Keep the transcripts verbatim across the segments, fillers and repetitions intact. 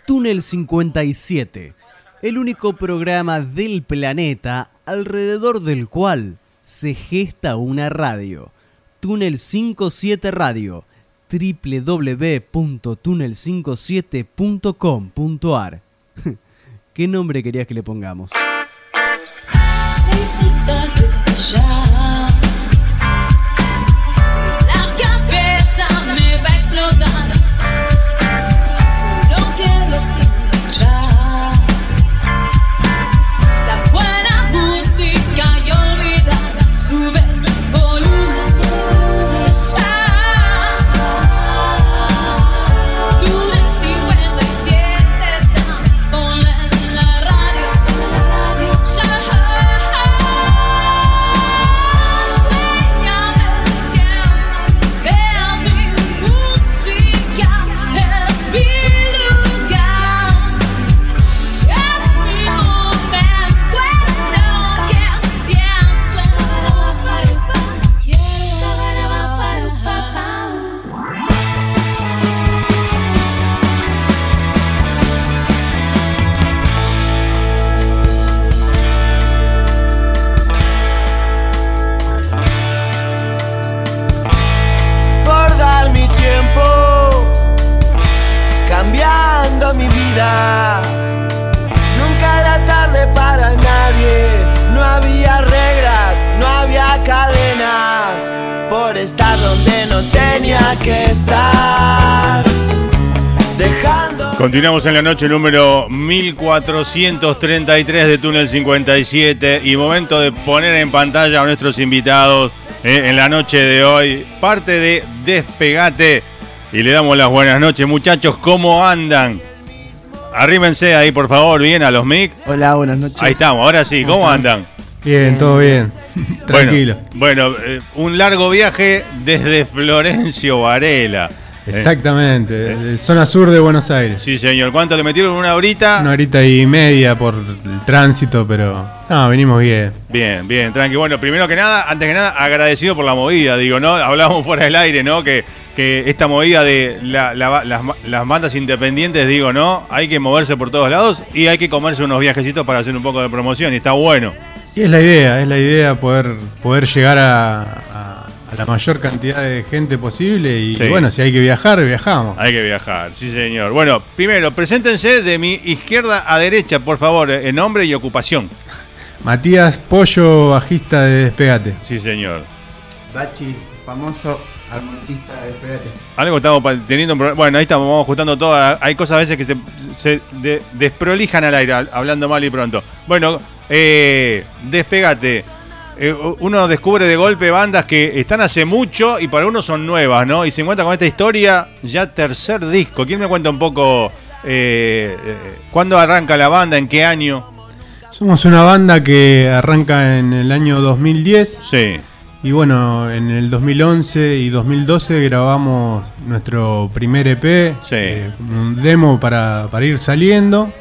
Túnel cincuenta y siete, el único programa del planeta alrededor del cual se gesta una radio. Túnel cincuenta y siete Radio, doble u doble u doble u punto túnel cincuenta y siete punto com punto a r. ¿Qué nombre querías que le pongamos? Seis y tarde ya. La cabeza me va a explotar. Solo quiero escuchar la buena música y olvidar. Sube el volumen, sube ya. Túnel cincuenta y siete está, ponle en la radio, la radio ya. Cambiando mi vida, nunca era tarde para nadie. No había reglas, no había cadenas, por estar donde no tenía que estar. Dejando... Continuamos en la noche número mil cuatrocientos treinta y tres de Túnel cincuenta y siete y momento de poner en pantalla a nuestros invitados eh, en la noche de hoy, parte de Despegate. Y le damos las buenas noches, muchachos, ¿cómo andan? Arrímense ahí, por favor, bien a los mic. Hola, buenas noches. Ahí estamos, ahora sí, ¿cómo andan? Bien, todo bien. Tranquilo. Bueno, bueno eh, un largo viaje desde Florencio Varela. Exactamente, eh. de zona sur de Buenos Aires. Sí, señor. ¿Cuánto le metieron? ¿Una horita? Una horita y media por el tránsito, pero no, venimos bien. Bien, bien, tranqui. Bueno, primero que nada, antes que nada, agradecido por la movida, digo, ¿no? Hablábamos fuera del aire, ¿no? Que, que esta movida de la, la, las, las bandas independientes, digo, ¿no? Hay que moverse por todos lados y hay que comerse unos viajecitos para hacer un poco de promoción y está bueno. Y es la idea, es la idea poder, poder llegar a... a a la mayor cantidad de gente posible y, sí. y bueno, si hay que viajar, viajamos. Hay que viajar, sí señor. Bueno, primero, preséntense de mi izquierda a derecha, por favor, en nombre y ocupación. Matías Pollo, bajista de Despegate. Sí señor. Bachi, famoso armonicista de Despegate. Algo estamos teniendo un problema. Bueno, ahí estamos, vamos ajustando todo. Hay cosas a veces que se, se de, desprolijan al aire, hablando mal y pronto. Bueno, eh, Despegate. Eh, uno descubre de golpe bandas que están hace mucho y para uno son nuevas, ¿no? Y se encuentra con esta historia, ya tercer disco. ¿Quién me cuenta un poco eh, eh, cuándo arranca la banda, en qué año? Somos una banda que arranca en el año dos mil diez. Sí. Y bueno, en el dos mil once y dos mil doce grabamos nuestro primer E P, sí. eh, un demo para, para ir saliendo.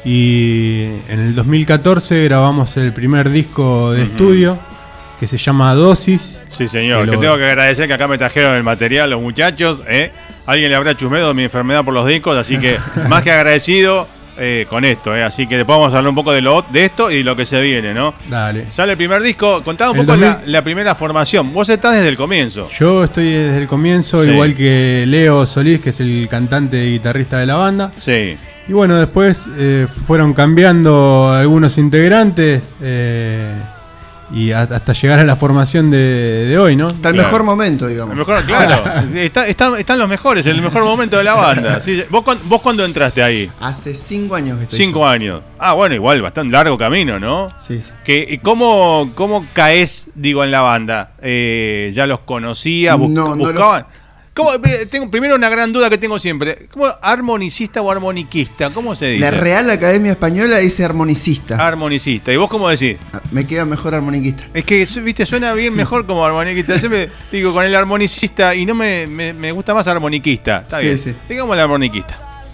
Y en el dos mil catorce grabamos el primer disco de uh-huh. estudio que se llama Dosis. Sí, señor. Que, que lo... tengo que agradecer que acá me trajeron el material los muchachos. ¿eh? Alguien le habrá chusmeado mi enfermedad por los discos, así que más que agradecido eh, con esto. ¿eh? Así que después vamos a hablar un poco de, lo, de esto y lo que se viene, ¿no? Dale. Sale el primer disco. Contá un el poco dos mil... la, la primera formación. Vos estás desde el comienzo. Yo estoy desde el comienzo, sí. igual que Leo Solís, que es el cantante y guitarrista de la banda. Sí. Y bueno, después eh, fueron cambiando algunos integrantes eh, y a, hasta llegar a la formación de, de hoy, ¿no? Hasta el claro. mejor momento, digamos. El mejor, claro, está, está, están los mejores, el mejor momento de la banda. Sí, ¿Vos, ¿Vos cuándo entraste ahí? Hace cinco años que estoy. Cinco yo. años. Ah, bueno, igual, bastante largo camino, ¿no? Sí, sí. Que, ¿cómo, ¿Cómo caes, digo, en la banda? Eh, ¿Ya los conocías? Bus, no, ¿Buscaban? No los... ¿Cómo, tengo, primero una gran duda que tengo siempre. ¿Cómo, ¿Armonicista o armoniquista? ¿Cómo se dice? La Real Academia Española dice armonicista. Armonicista. ¿Y vos cómo decís? Me queda mejor armoniquista. Es que, viste, suena bien mejor como armoniquista. Siempre digo con el armonicista y no me, me, me gusta más armoniquista. Está sí, bien. Sí. Digamos el armoniquista.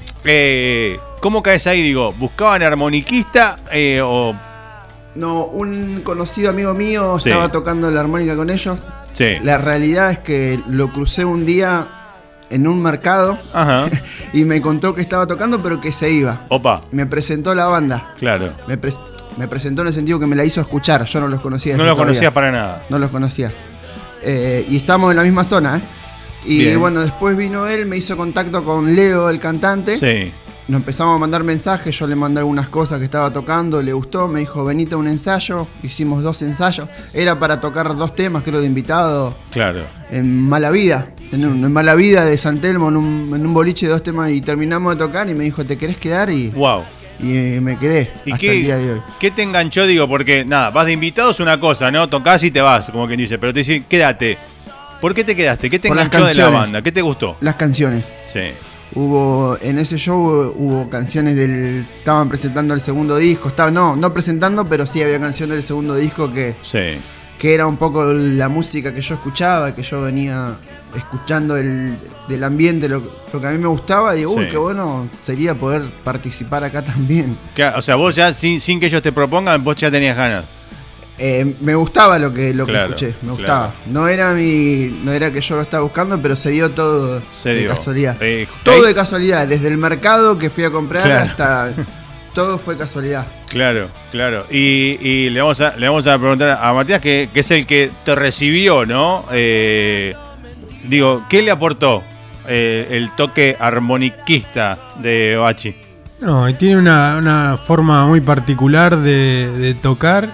Eh, ¿Cómo caes ahí? Digo, ¿buscaban armoniquista eh, o...? No, un conocido amigo mío sí. estaba tocando la armónica con ellos. Sí. La realidad es que lo crucé un día en un mercado Ajá. y me contó que estaba tocando, pero que se iba. Opa, Me presentó la banda. claro. Me, pre- me presentó en el sentido que me la hizo escuchar. Yo no los conocía. No yo lo todavía. conocías para nada. No los conocía. Eh, y estamos en la misma zona, ¿eh? Y Bien. bueno, después vino él, me hizo contacto con Leo, el cantante. Sí. Nos empezamos a mandar mensajes, yo le mandé algunas cosas que estaba tocando, le gustó, me dijo, venite a un ensayo. Hicimos dos ensayos. Era para tocar dos temas, creo, de invitado. Claro. En Mala Vida, en, un- en Mala Vida de San Telmo, en un, en un boliche de dos temas, y terminamos de tocar y me dijo, ¿te querés quedar? Y, Wow. y me quedé ¿Y hasta qué, el día de hoy. qué te enganchó? Digo, porque nada, vas de invitado es una cosa, ¿no? Tocás y te vas, como quien dice, pero te dicen, quédate. ¿Por qué te quedaste? ¿Qué te Por las enganchó de la canciones. banda? ¿Qué te gustó? Las canciones. Sí. Hubo, en ese show hubo, hubo canciones del... Estaban presentando el segundo disco, estaba, no, no presentando, pero sí había canciones del segundo disco que, Sí. que era un poco la música que yo escuchaba, que yo venía escuchando el, del ambiente, lo, lo que a mí me gustaba, y digo, uy, Sí. qué bueno sería poder participar acá también. Claro, o sea, vos ya, sin, sin que ellos te propongan, vos ya tenías ganas. Eh, me gustaba lo que, lo Claro, que escuché, me claro. gustaba. No era mi, no era que yo lo estaba buscando, pero se dio todo Se de dio. casualidad. Eh, todo ahí- de casualidad, desde el mercado que fui a comprar Claro. hasta... Todo fue casualidad. Claro, claro. Y, y le, vamos a, le vamos a preguntar a Matías, que, que es el que te recibió, ¿no? Eh, digo, ¿qué le aportó eh, el toque armoniquista de Bachi? No, y tiene una, una forma muy particular de, de tocar,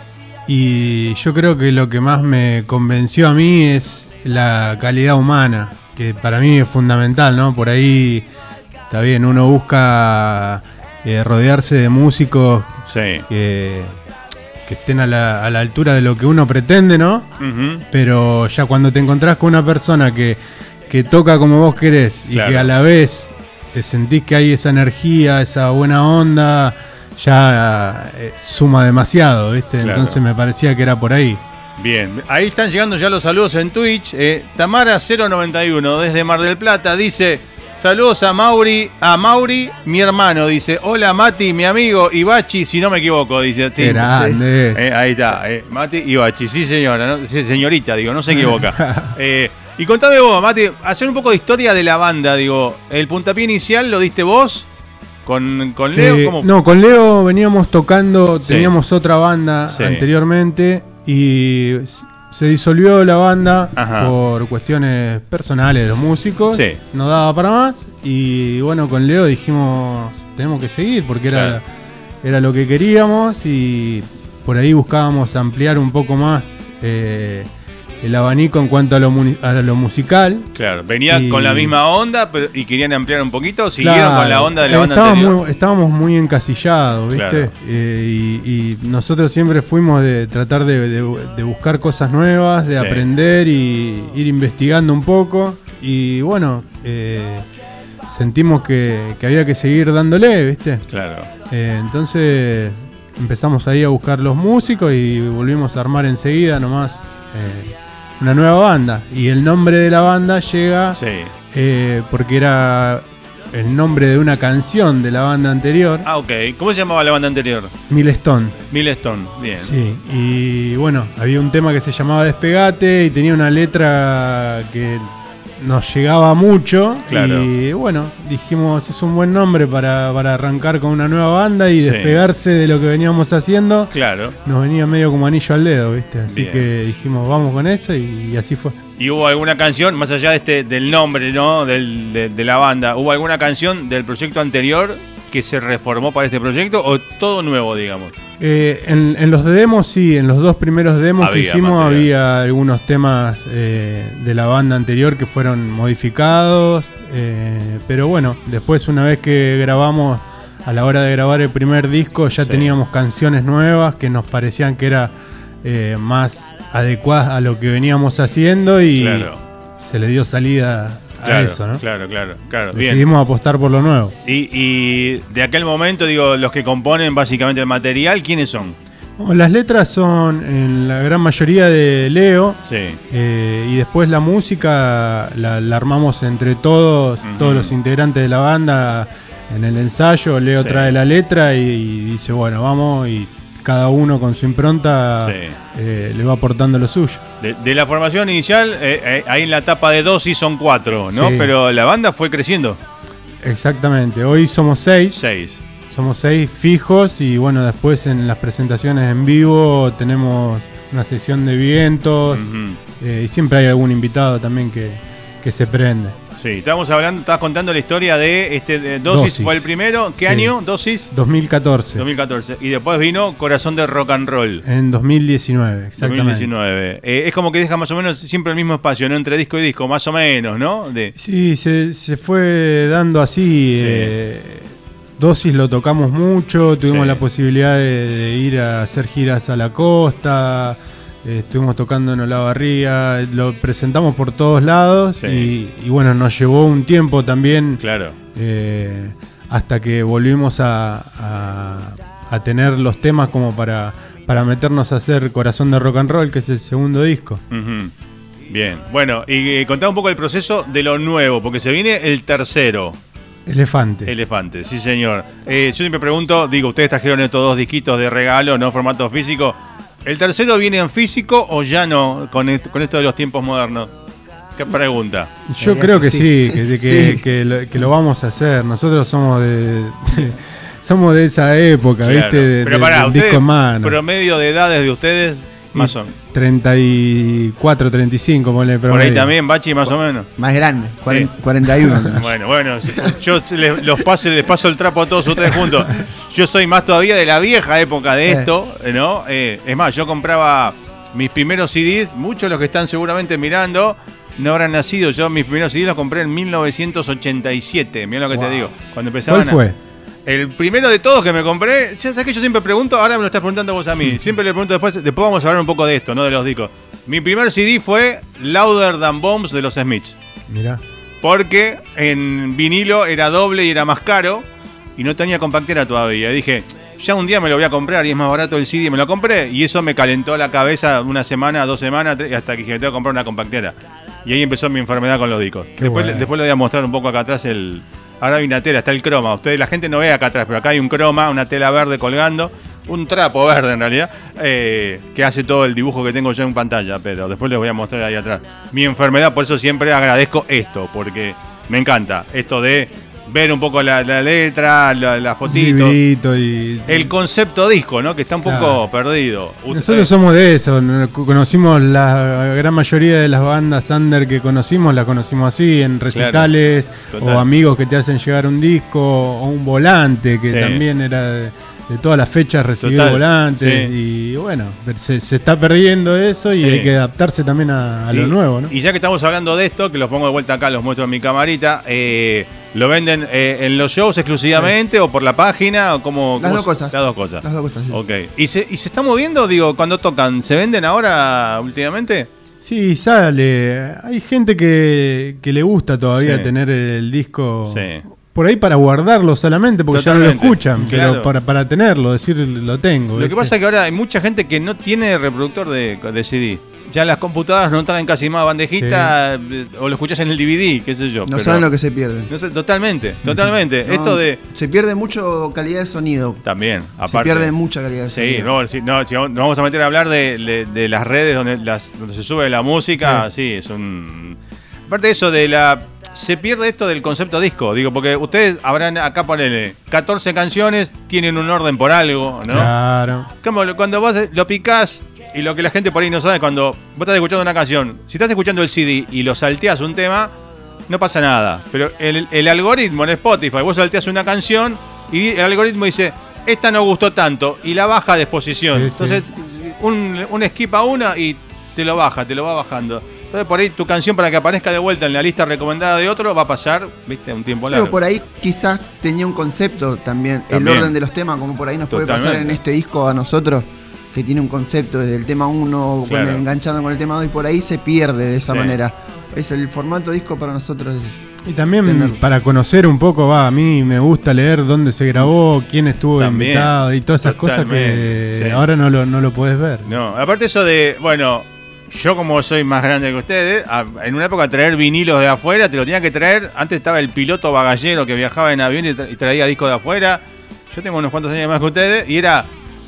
y yo creo que lo que más me convenció a mí es la calidad humana, que para mí es fundamental, ¿no? Por ahí, está bien, uno busca eh, rodearse de músicos Sí. que, que estén a la, a la altura de lo que uno pretende, ¿no? Ujú. Pero ya cuando te encontrás con una persona que, que toca como vos querés y Claro. que a la vez eh, sentís que hay esa energía, esa buena onda, ya eh, suma demasiado, ¿viste? Claro. Entonces me parecía que era por ahí. Bien, ahí están llegando ya los saludos en Twitch. Eh, Tamara cero noventa y uno desde Mar del Plata dice: saludos a Mauri, a Mauri, mi hermano, dice, hola Mati, mi amigo, y Bachi, si no me equivoco, dice. Sí, Qué grande. Eh, ahí está, eh, Mati y Bachi, sí señora, ¿no? Sí, señorita, digo, no se equivoca. Eh, y contame vos, Mati, hacer un poco de historia de la banda, digo, el puntapié inicial lo diste vos con, con Leo, Eh, ¿cómo? no, con Leo veníamos tocando, Sí. teníamos otra banda Sí. anteriormente y s- se disolvió la banda Ajá. por cuestiones personales de los músicos, Sí. no daba para más, y bueno, con Leo dijimos, tenemos que seguir porque era, Claro. era lo que queríamos, y por ahí buscábamos ampliar un poco más eh, el abanico en cuanto a lo, muni- a lo musical. Claro, venía Y- con la misma onda pero, y querían ampliar un poquito, siguieron Claro. con la onda de la banda estábamos anterior. muy, estábamos muy encasillados, ¿viste? Claro. Eh, y, y nosotros siempre fuimos de tratar de, de- de buscar cosas nuevas, de Sí. aprender y ir investigando un poco. Y bueno, eh, sentimos que, que había que seguir dándole, ¿viste? Claro. Eh, entonces empezamos ahí a buscar los músicos y volvimos a armar enseguida nomás eh, una nueva banda. Y el nombre de la banda llega Sí. eh, porque era el nombre de una canción de la banda anterior, Ah, ok. ¿Cómo se llamaba la banda anterior? Milestone. Milestone. Bien. Sí, y bueno, había un tema que se llamaba Despegate y tenía una letra que nos llegaba mucho. Claro. Y bueno, dijimos, es un buen nombre para, para arrancar con una nueva banda y Sí. despegarse de lo que veníamos haciendo. Claro. Nos venía medio como anillo al dedo, ¿viste? Así Bien. que dijimos, vamos con eso, y, y así fue. ¿Y hubo alguna canción, más allá de este del nombre, ¿no? Del, de, de la banda, hubo alguna canción del proyecto anterior que se reformó para este proyecto o todo nuevo, digamos? Eh, en, en los demos, sí, en los dos primeros demos Había que hicimos material. había algunos temas eh, de la banda anterior que fueron modificados, eh, pero bueno, después una vez que grabamos, a la hora de grabar el primer disco, ya Sí. teníamos canciones nuevas que nos parecían que era eh, más adecuadas a lo que veníamos haciendo, y Claro. se le dio salida a Claro, eso, ¿no? claro, claro, claro. Bien. Decidimos apostar por lo nuevo. Y, y de aquel momento, digo, los que componen básicamente el material, ¿quiénes son? Bueno, las letras son en la gran mayoría de Leo. Sí. Eh, y después la música la, la armamos entre todos, Ujú. todos los integrantes de la banda en el ensayo. Leo Sí. trae la letra y, y dice, bueno, vamos, y cada uno con su impronta Sí. eh, le va aportando lo suyo. De, de la formación inicial, eh, eh, ahí en la etapa de Dosis son cuatro, ¿no? Sí. Pero la banda fue creciendo. Exactamente, hoy somos seis. Seis. Somos seis fijos y bueno, después en las presentaciones en vivo tenemos una sesión de vientos Ujú. eh, y siempre hay algún invitado también que, que se prende. Sí, estábamos hablando, estabas contando la historia de este de Dosis, Dosis. fue el primero. ¿Qué Sí. año? Dosis. dos mil catorce. dos mil catorce. Y después vino Corazón de Rock and Roll. En dos mil diecinueve, exactamente. dos mil diecinueve. Eh, es como que deja más o menos siempre el mismo espacio, ¿no? Entre disco y disco, más o menos, ¿no? De, Sí, se, se fue dando así. Sí. eh, Dosis lo tocamos mucho, tuvimos Sí. la posibilidad de, de ir a hacer giras a la costa, eh, estuvimos tocando en Olavarría, lo presentamos por todos lados Sí. y, y bueno, nos llevó un tiempo también claro. eh, hasta que volvimos a, a- a tener los temas como para, para meternos a hacer Corazón de Rock and Roll, que es el segundo disco. Ujú. Bien. Bueno, y eh, contá un poco el proceso de lo nuevo, porque se viene el tercero. Elefante. Elefante, sí señor. Eh, yo siempre pregunto, digo, ustedes trajeron estos dos disquitos de regalo, ¿no? Formato físico. ¿El tercero viene en físico o ya no con esto, con esto de los tiempos modernos? ¿Qué pregunta? Yo Eh, creo que sí. sí, que, que, Sí. que lo, que lo vamos a hacer. Nosotros somos de, de- somos de esa época, Claro. ¿viste? De, Pero de- pará, del ustedes, disco en mano. promedio de edades de ustedes, más o menos. treinta y cuatro, treinta y cinco, ponle Por ahí promedio. también, Bachi, más o menos. Más grande, cuaren- Sí. cuarenta y uno. Bueno, bueno, yo les, los paso, les paso el trapo a todos ustedes juntos. Yo soy más todavía de la vieja época de Eh. esto, ¿no? Eh, es más, yo compraba mis primeros C Ds, muchos de los que están seguramente mirando no habrán nacido. Yo mis primeros C Ds los compré en mil novecientos ochenta y siete, mirá lo que Wow. te digo. Cuando empezaban ¿Cuál a- fue? El primero de todos que me compré, ya sabes que yo siempre pregunto, ahora me lo estás preguntando vos a mí. Siempre le pregunto después, después vamos a hablar un poco de esto, ¿no? De los discos. Mi primer C D fue Louder Than Bombs de los Smiths. Mirá. Porque en vinilo era doble y era más caro y no tenía compactera todavía. Dije, ya un día me lo voy a comprar y es más barato el C D, me lo compré. Y eso me calentó la cabeza una semana, dos semanas, tres, hasta que dije, tengo que comprar una compactera. Y ahí empezó mi enfermedad con los discos. Qué Después, bueno. después le voy a mostrar un poco acá atrás el... Ahora hay una tela, está el croma. Ustedes, la gente no ve acá atrás, pero acá hay un croma, una tela verde colgando. Un trapo verde en realidad, eh, que hace todo el dibujo que tengo yo en pantalla, pero después les voy a mostrar ahí atrás. Mi enfermedad, por eso siempre agradezco esto, porque me encanta esto de ver un poco la, la letra, la, la fotito, Librito y... el concepto disco, ¿no? Que está un poco Claro. perdido. Nosotros somos de eso, no- conocimos la gran mayoría de las bandas under que conocimos, las conocimos así, en recitales, Total. o amigos que te hacen llegar un disco, o un volante, que Sí. también era de, de todas las fechas recibir Total, volantes, sí. y bueno, se, se está perdiendo eso y Sí. hay que adaptarse también a, a lo y, nuevo, ¿no? Y ya que estamos hablando de esto, que los pongo de vuelta acá, los muestro en mi camarita, eh, ¿lo venden eh, en los shows exclusivamente o por la página? O cómo, Las cómo dos se- cosas. Las dos cosas. Las dos cosas, sí. Ok. ¿Y se, ¿Y se está moviendo? Digo, cuando tocan, ¿se venden ahora últimamente? Sí, sale. Hay gente que, que le gusta todavía Sí. tener el disco Sí. por ahí para guardarlo solamente, porque ya no Totalmente, lo escuchan, claro. pero para, para tenerlo, decir lo tengo. Lo que ¿viste? pasa es que ahora hay mucha gente que no tiene reproductor de, de C D. Ya las computadoras no traen casi más bandejita, eh, o lo escuchás en el D V D, qué sé yo. No pero- saben lo que se pierden. No sé, totalmente, totalmente. No, Esto de... Se pierde mucho calidad de sonido. También, Se aparte... pierde mucha calidad de Sí, sonido. no, sí, no, si nos vamos a meter a hablar de, de- de las redes donde, las, donde se sube la música, sí. es un... Aparte de eso, de la se pierde esto del concepto disco, digo, porque ustedes habrán acá ponele catorce canciones, tienen un orden por algo, ¿no? Claro. Como lo- cuando vos lo picás y lo que la gente por ahí no sabe, cuando vos estás escuchando una canción, si estás escuchando el C D y lo salteás un tema, no pasa nada. Pero el, el algoritmo en Spotify, vos salteás una canción y el algoritmo dice, esta no gustó tanto, y la baja de exposición. Sí, sí. Entonces, un, un skip a una y te lo baja, te lo va bajando. Entonces, por ahí tu canción para que aparezca de vuelta en la lista recomendada de otro va a pasar, viste, un tiempo largo. Pero por ahí quizás tenía un concepto también, También. el orden de los temas, como por ahí nos puede pasar Totalmente. en este disco a nosotros, que tiene un concepto desde el tema uno, Claro. enganchando con el tema dos, y por ahí se pierde de esa Sí. manera. Es el formato disco para nosotros. Es, Y también Tenerlo. para conocer un poco, va, a mí me gusta leer dónde se grabó, quién estuvo También. invitado y todas esas cosas que Totalmente, sí. ahora no lo, no lo podés ver. No, aparte eso de, bueno, yo como soy más grande que ustedes, a- en una época traer vinilos de afuera, te lo tenía que traer, antes estaba el piloto bagallero que viajaba en avión y, tra- y traía discos de afuera, yo tengo unos cuantos años más que ustedes, y era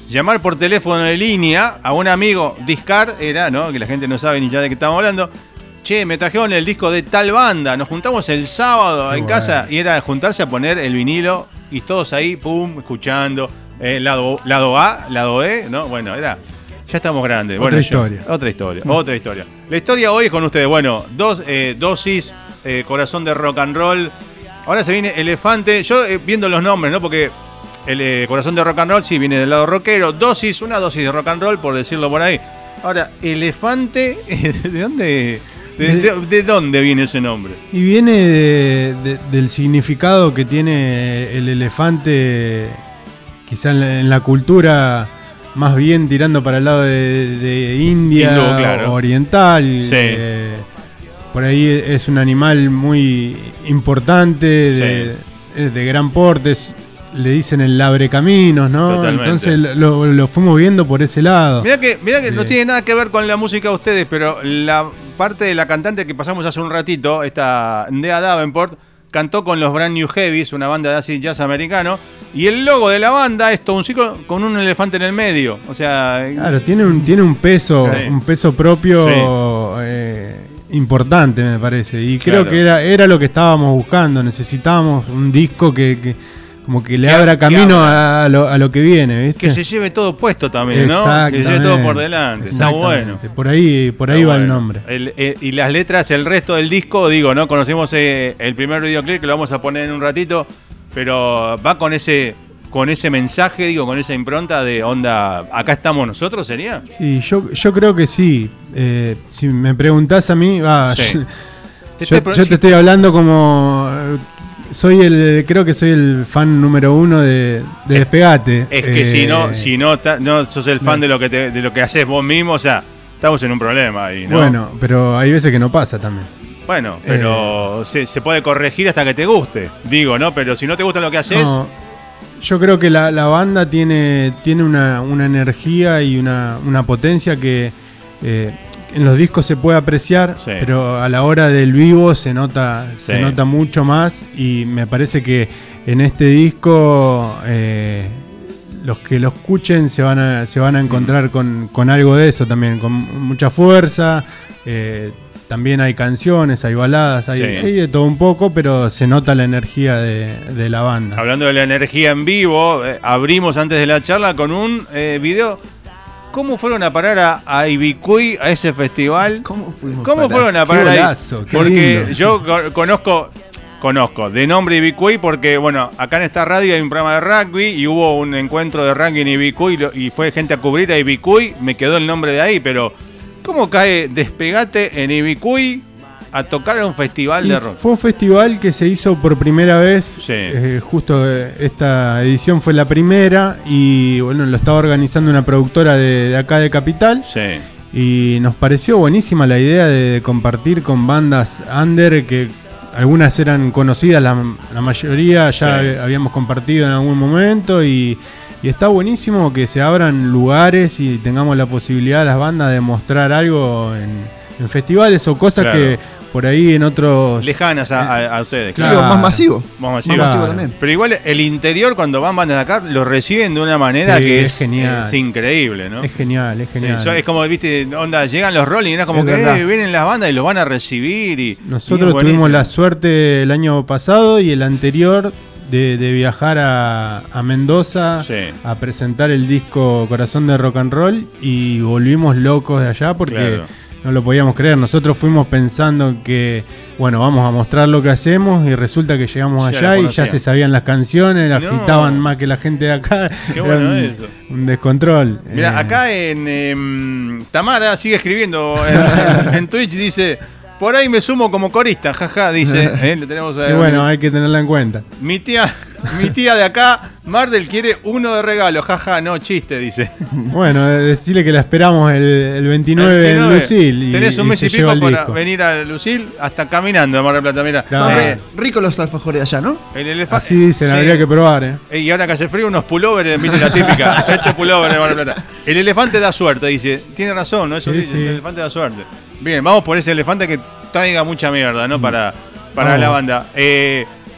llamar por teléfono de línea a un amigo, discar era, ¿no? Que la gente no sabe ni ya de qué estamos hablando. Che, me trajeron el disco de tal banda, nos juntamos el sábado Qué en bueno. casa y era juntarse a poner el vinilo y todos ahí, pum, escuchando. Eh, lado, lado A, lado E, ¿no? Bueno, era... Ya estamos grandes. Otra Bueno, yo- historia. otra historia, otra historia. La historia hoy es con ustedes. Bueno, dos eh, dosis, eh, corazón de rock and roll. Ahora se viene Elefante. Yo eh, viendo los nombres, ¿no? Porque el eh, corazón de rock and roll sí viene del lado rockero. Dosis, una dosis de rock and roll, por decirlo por ahí. Ahora, Elefante, ¿de dónde, de, de- de dónde viene ese nombre? Y viene de- de- del significado que tiene el elefante, quizá en la, en la cultura más bien tirando para el lado de, de India, Hindú, claro. oriental. Sí. eh, por ahí es un animal muy importante, de, es de gran porte, es- le dicen el labrecaminos, ¿no? Totalmente. Entonces lo, lo fuimos viendo por ese lado. Mirá que, mirá que no Sí. tiene nada que ver con la música de ustedes, pero la parte de la cantante que pasamos hace un ratito, esta Ndea Davenport, cantó con los Brand New Heavies, una banda de acid jazz americano, y el logo de la banda es todo un ciclo con un elefante en el medio. O sea, Claro, tiene un, tiene un peso, Sí. un peso propio eh, importante, me parece. Y creo Claro. que era, era lo que estábamos buscando. Necesitábamos un disco que, que como que le Que abra ab- camino que a, a lo, a lo que viene, ¿viste? que se lleve todo puesto también, ¿no? Que se lleve todo por delante. Está Exactamente. bueno. Por ahí, por ahí Está va el bueno. nombre. El- eh, y las letras, el resto del disco, digo, ¿no? Conocemos eh, el primer videoclip que lo vamos a poner en un ratito, pero va con ese con ese mensaje, digo, con esa impronta de onda, acá estamos nosotros, ¿sería? Sí, yo, yo creo que sí. Eh, si me preguntás a mí, va, Sí. yo, Te yo- estoy- yo te estoy hablando como... eh, Soy el, creo que soy el fan número uno de, de Despegate. Es que Eh, si no, si no, ta- no sos el fan no. de lo que te- de lo que haces vos mismo, o sea, estamos en un problema ahí, ¿no? Bueno, pero hay veces que no pasa también. Bueno, pero se, se puede corregir hasta que te guste, digo, ¿no? Pero si no te gusta lo que haces, No, yo creo que la, la banda tiene, tiene una, una energía y una, una potencia que eh, en los discos se puede apreciar, Sí. pero a la hora del vivo se nota, se Sí. nota mucho más, y me parece que en este disco eh, los que lo escuchen se van a, se van a encontrar con, con algo de eso también, con mucha fuerza. eh, También hay canciones, hay baladas, hay, Sí. hay de todo un poco, pero se nota la energía de, de la banda. hablando de la energía en vivo, eh, abrimos antes de la charla con un eh, video. ¿Cómo fueron a parar a, a Ibicuy, a ese festival? ¿Cómo fuimos ¿Cómo para- fueron a Qué parar ahí? golazo, qué Porque lindo. yo co- conozco, conozco de nombre Ibicuy porque, bueno, acá en esta radio hay un programa de rugby y hubo un encuentro de rugby en Ibicuy y, lo- y fue gente a cubrir a Ibicuy, me quedó el nombre de ahí, pero ¿cómo cae Despegate en Ibicuy a tocar en un festival Y de rock? fue un festival que se hizo por primera vez. Sí. eh, justo eh, esta edición fue la primera. Y bueno, lo estaba organizando una productora de, de acá de Capital. Sí, Y nos pareció buenísima la idea de compartir con bandas under que algunas eran conocidas, la, la mayoría ya Sí. habíamos compartido en algún momento. Y, y está buenísimo que se abran lugares y tengamos la posibilidad las bandas de mostrar algo en, en festivales o cosas Claro. que por ahí en otros... lejanas a, a- a ustedes, Sí, claro. Claro. más masivo. Más masivo. Más masivo Claro. también. Pero igual el interior, cuando van bandas de acá, lo reciben de una manera Sí, que es es, genial. es increíble, ¿no? Es genial, es Sí, genial. yo- es como, viste, onda, llegan los Rolling, es como Es que verdad. eh, vienen las bandas y los van a recibir. y Nosotros y es buenísimo. tuvimos la suerte el año pasado y el anterior de, de viajar a, a Mendoza Sí. a presentar el disco Corazón de Rock and Roll, y volvimos locos de allá porque Claro. no lo podíamos creer. Nosotros fuimos pensando que, bueno, vamos a mostrar lo que hacemos, y resulta que llegamos Ya allá la y ya conocían. se sabían las canciones, las No. agitaban más que la gente de acá. Qué Era bueno un, eso. un descontrol. Mira, Eh, acá en em, Tamara sigue escribiendo en, en- en Twitch, dice, por ahí me sumo como corista, jaja, dice. eh, le tenemos a- y bueno, hay que tenerla en cuenta. mi tía, mi tía de acá, Mardel, quiere uno de regalo, jaja, no, chiste, dice. Bueno, eh, decirle que la esperamos el, el veintinueve, veintinueve. en Lucil. Y, Tenés un y mes se y lleva pico el para disco. venir a Lucil hasta caminando de Mar del Plata, mira. Claro. Son Ah. ri- ricos los alfajores allá, ¿no? El elefante. Así dicen, Sí. habría que probar, ¿eh? Eh, Y ahora que hace frío, unos pullovers, viste la típica. Este pullover de Mar del Plata. El elefante da suerte, dice. Tiene razón, ¿no? Eso Sí, dice, sí. el elefante da suerte. Bien, vamos por ese elefante que traiga mucha mierda, ¿no? Para, para Vamos. la banda. Eh,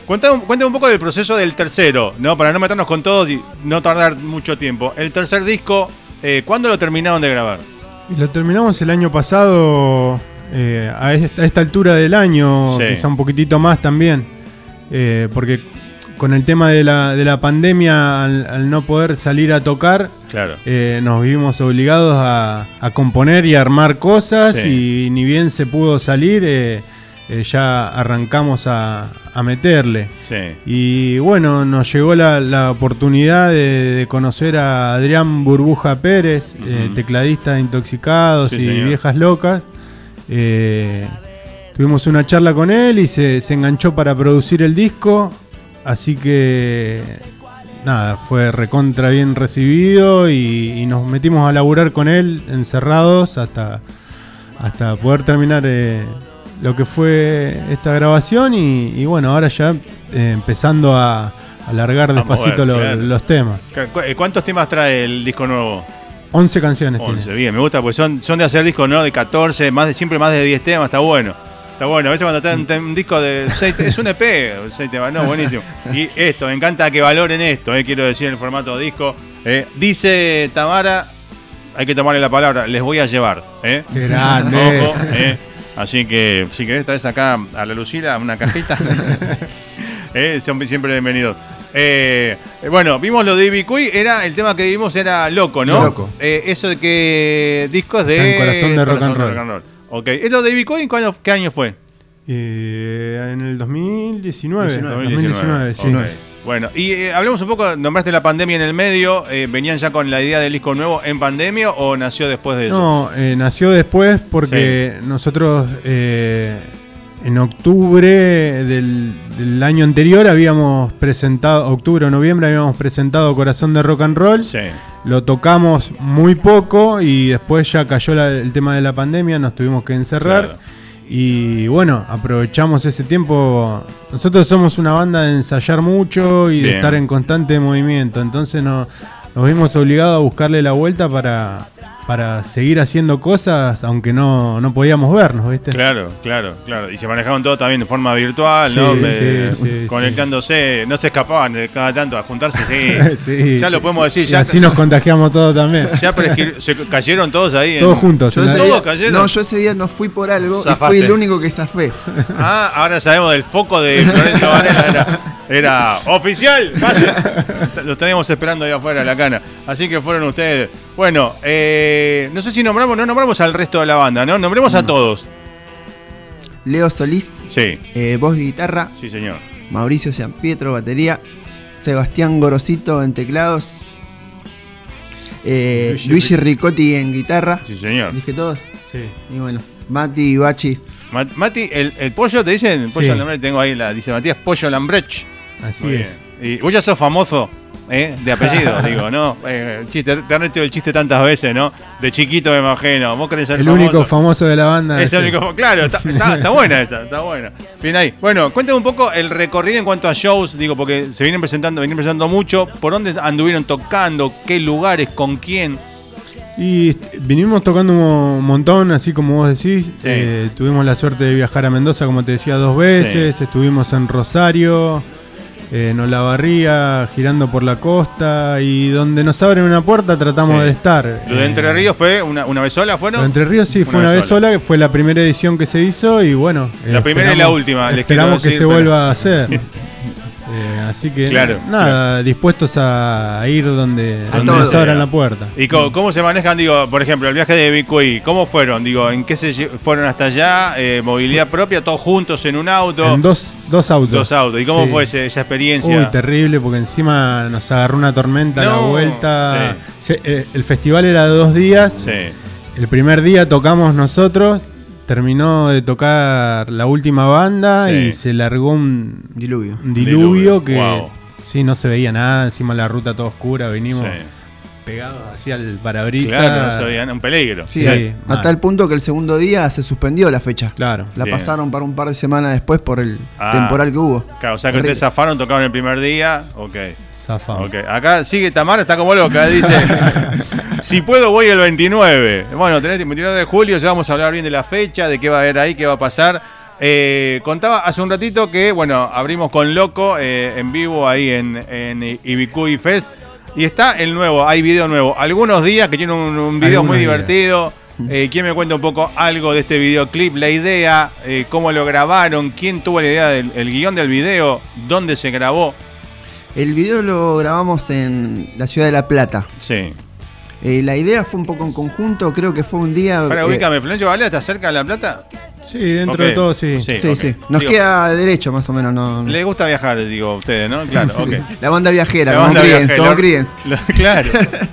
Cuéntame, cuéntame un poco del proceso del tercero, ¿no? Para no meternos con todo y no tardar mucho tiempo. El tercer disco, eh, ¿cuándo lo terminaron de grabar? Y lo terminamos el año pasado, eh, a, esta, a esta altura del año, Sí. quizá un poquitito más también, eh, porque con el tema de la, de la pandemia, al, al no poder salir a tocar, Claro. eh, nos vimos obligados a, a componer y a armar cosas, Sí. y ni bien se pudo salir, eh, eh, ya arrancamos a, a meterle. Sí. Y bueno, nos llegó la, la oportunidad de, de conocer a Adrián Burbuja Pérez, Ujú. eh, tecladista de Intoxicados Sí, y señor. Viejas Locas. Eh, tuvimos una charla con él y se, se enganchó para producir el disco. Así que nada, fue recontra bien recibido y, y nos metimos a laburar con él encerrados hasta, hasta poder terminar eh, lo que fue esta grabación y, y bueno, ahora ya eh, empezando a alargar despacito mover, lo- claro. los temas. Cu- eh, ¿Cuántos temas trae el disco nuevo? once canciones once, tiene. bien, me gusta, porque son, son de hacer discos, ¿no? De catorce, más de, siempre más de diez temas, está bueno. Está bueno, a veces cuando traen un, te- un disco de seis, es un E P, seis temas, no, buenísimo. Y esto, me encanta que valoren esto, eh, quiero decir, el formato disco. Eh, dice Tamara, hay que tomarle la palabra, les voy a llevar. ¿eh? Qué grande. Ojo, eh. Así que si querés traes acá a la Lucila una cajita, eh, son siempre bienvenidos. Eh, eh, bueno, vimos lo de Ivy Queen, era el tema que vimos era Loco, ¿no? Loco. Eh, eso de que discos de Está en Corazón de Rock and Roll. Ok, ¿es lo de Ivy Queen? ¿Cuándo- ¿Qué año fue? Eh, en el dos mil diecinueve. dos dos mil diecinueve, sí. Ok. Bueno, y eh, hablemos un poco, nombraste la pandemia en el medio, eh, ¿venían ya con la idea del disco nuevo en pandemia o nació después de eso? No, eh, nació después porque nosotros eh, en octubre del, del año anterior habíamos presentado, octubre o noviembre habíamos presentado Corazón de Rock and Roll. Sí. Lo tocamos muy poco y después ya cayó la- el tema de la pandemia, nos tuvimos que encerrar. Claro. Y bueno, aprovechamos ese tiempo. Nosotros somos una banda de ensayar mucho y de Bien. estar en constante movimiento. Entonces no, nos vimos obligados a buscarle la vuelta para, para seguir haciendo cosas, aunque no, no podíamos vernos, ¿viste? Claro, claro, claro. Y se manejaban todo también de forma virtual, Sí, ¿no? sí, Eh, sí, conectándose, no se escapaban de cada tanto a juntarse, sí. Sí, ya sí. lo podemos decir, Y ya, así nos contagiamos todos también. ya prescri- se cayeron todos ahí. en- Todos juntos. Yo en la- ese ¿Todos día- cayeron? no, yo ese día no fui por algo Zafaste. y fui el único que zafé. Ah, ahora sabemos del foco de Florencio Varela. Era, era oficial, pase. Lo teníamos esperando ahí afuera de la cana. Así que fueron ustedes. Bueno, eh, no sé si nombramos, no nombramos al resto de la banda, ¿no? Nombremos a todos. Leo Solís, Sí, eh, voz y guitarra. sí, señor. Mauricio Cianpietro, batería. Sebastián Gorosito en teclados. Eh, Luigi Luigi Ricotti en guitarra. Sí, señor. Dije todos. Sí. Y bueno, Mati y Bachi. Ma- Mati, el, el pollo, ¿te dicen? Pollo Sí. Lambrecht, tengo ahí la, dice Matías Pollo Lambrecht. Así Muy es. bien. Y vos ya sos famoso, ¿eh? De apellido, digo, ¿no? Eh, chiste, te han hecho el chiste tantas veces, ¿no? De chiquito me imagino. ¿Vos querés ser El famoso? único famoso de la banda. Es el ese. único, claro, está, está- está buena esa, está buena. Bien ahí. Bueno, cuéntame un poco el recorrido en cuanto a shows, digo, porque se vienen presentando, vienen presentando mucho. ¿Por dónde anduvieron tocando? ¿Qué lugares? ¿Con quién? Y est- vinimos tocando un montón, así como vos decís. Sí. Eh, tuvimos la suerte de viajar a Mendoza, como te decía, dos veces. Estuvimos en Rosario, eh, en Olavarría, girando por la costa. Y donde nos abren una puerta tratamos Sí. de estar. Lo de Eh, Entre Ríos fue una, una vez sola, ¿fueron? Lo de Entre Ríos sí, fue una vez sola, que fue la primera edición que se hizo. Y bueno, La eh, primera y la última, les Esperamos quiero que decir, se pero- vuelva a hacer. Eh, así que Claro, nada, dispuestos a ir donde, A donde todo. nos abran la puerta. ¿Y cómo, cómo se manejan, digo, por ejemplo, el viaje de Bicuí? ¿Cómo fueron? Digo, ¿en qué se lle- fueron hasta allá? Eh, ¿Movilidad propia? ¿Todos juntos en un auto? En dos, dos autos. Dos autos. ¿Y cómo Sí. fue ese- esa experiencia? Uy, terrible, porque encima nos agarró una tormenta a la No, vuelta. Se- eh, el festival era de dos días. Sí. El primer día tocamos nosotros. Terminó de tocar la última banda Sí. y se largó un, Diluvio. un diluvio, Diluvio, que wow. sí, no se veía nada. Encima la ruta toda oscura. Venimos Sí. pegados hacia el parabrisas. Claro, no se veían, un peligro. Sí, Sí, a, mal. a tal punto que el segundo día se suspendió la fecha. Claro. La Bien. pasaron para un par de semanas después por el Ah. temporal que hubo. Claro, o sea que Terrible. ustedes zafaron, tocaron el primer día. Ok. Zafamos. Ok. Acá sigue Tamara, está como loca. Dice: si puedo, voy el veintinueve. Bueno, tenés el veintinueve de julio, ya vamos a hablar bien de la fecha, de qué va a haber ahí, qué va a pasar. eh, contaba hace un ratito que, bueno, abrimos con Loco eh, en vivo ahí en, en Ibicuy Fest. Y está el nuevo, hay video nuevo. Algunos días que tiene un, un video Algunos muy días. divertido. Eh, ¿Quién me cuenta un poco algo de este videoclip? La idea, eh, cómo lo grabaron, quién tuvo la idea del el guión del video, dónde se grabó. El video lo grabamos en la ciudad de La Plata. Sí. Eh, la idea fue un poco en conjunto, creo que fue un día... Para, eh, ubícame, ¿Florencio Varela está cerca de La Plata? Sí, dentro Ok. de todo sí. Sí, Sí, ok. sí. Nos Digo, queda derecho más o menos. No, no. Le gusta viajar, digo, a ustedes, ¿no? Claro, ok. La banda viajera, La como banda Creedence, viajera. como Creedence. Lo- Claro.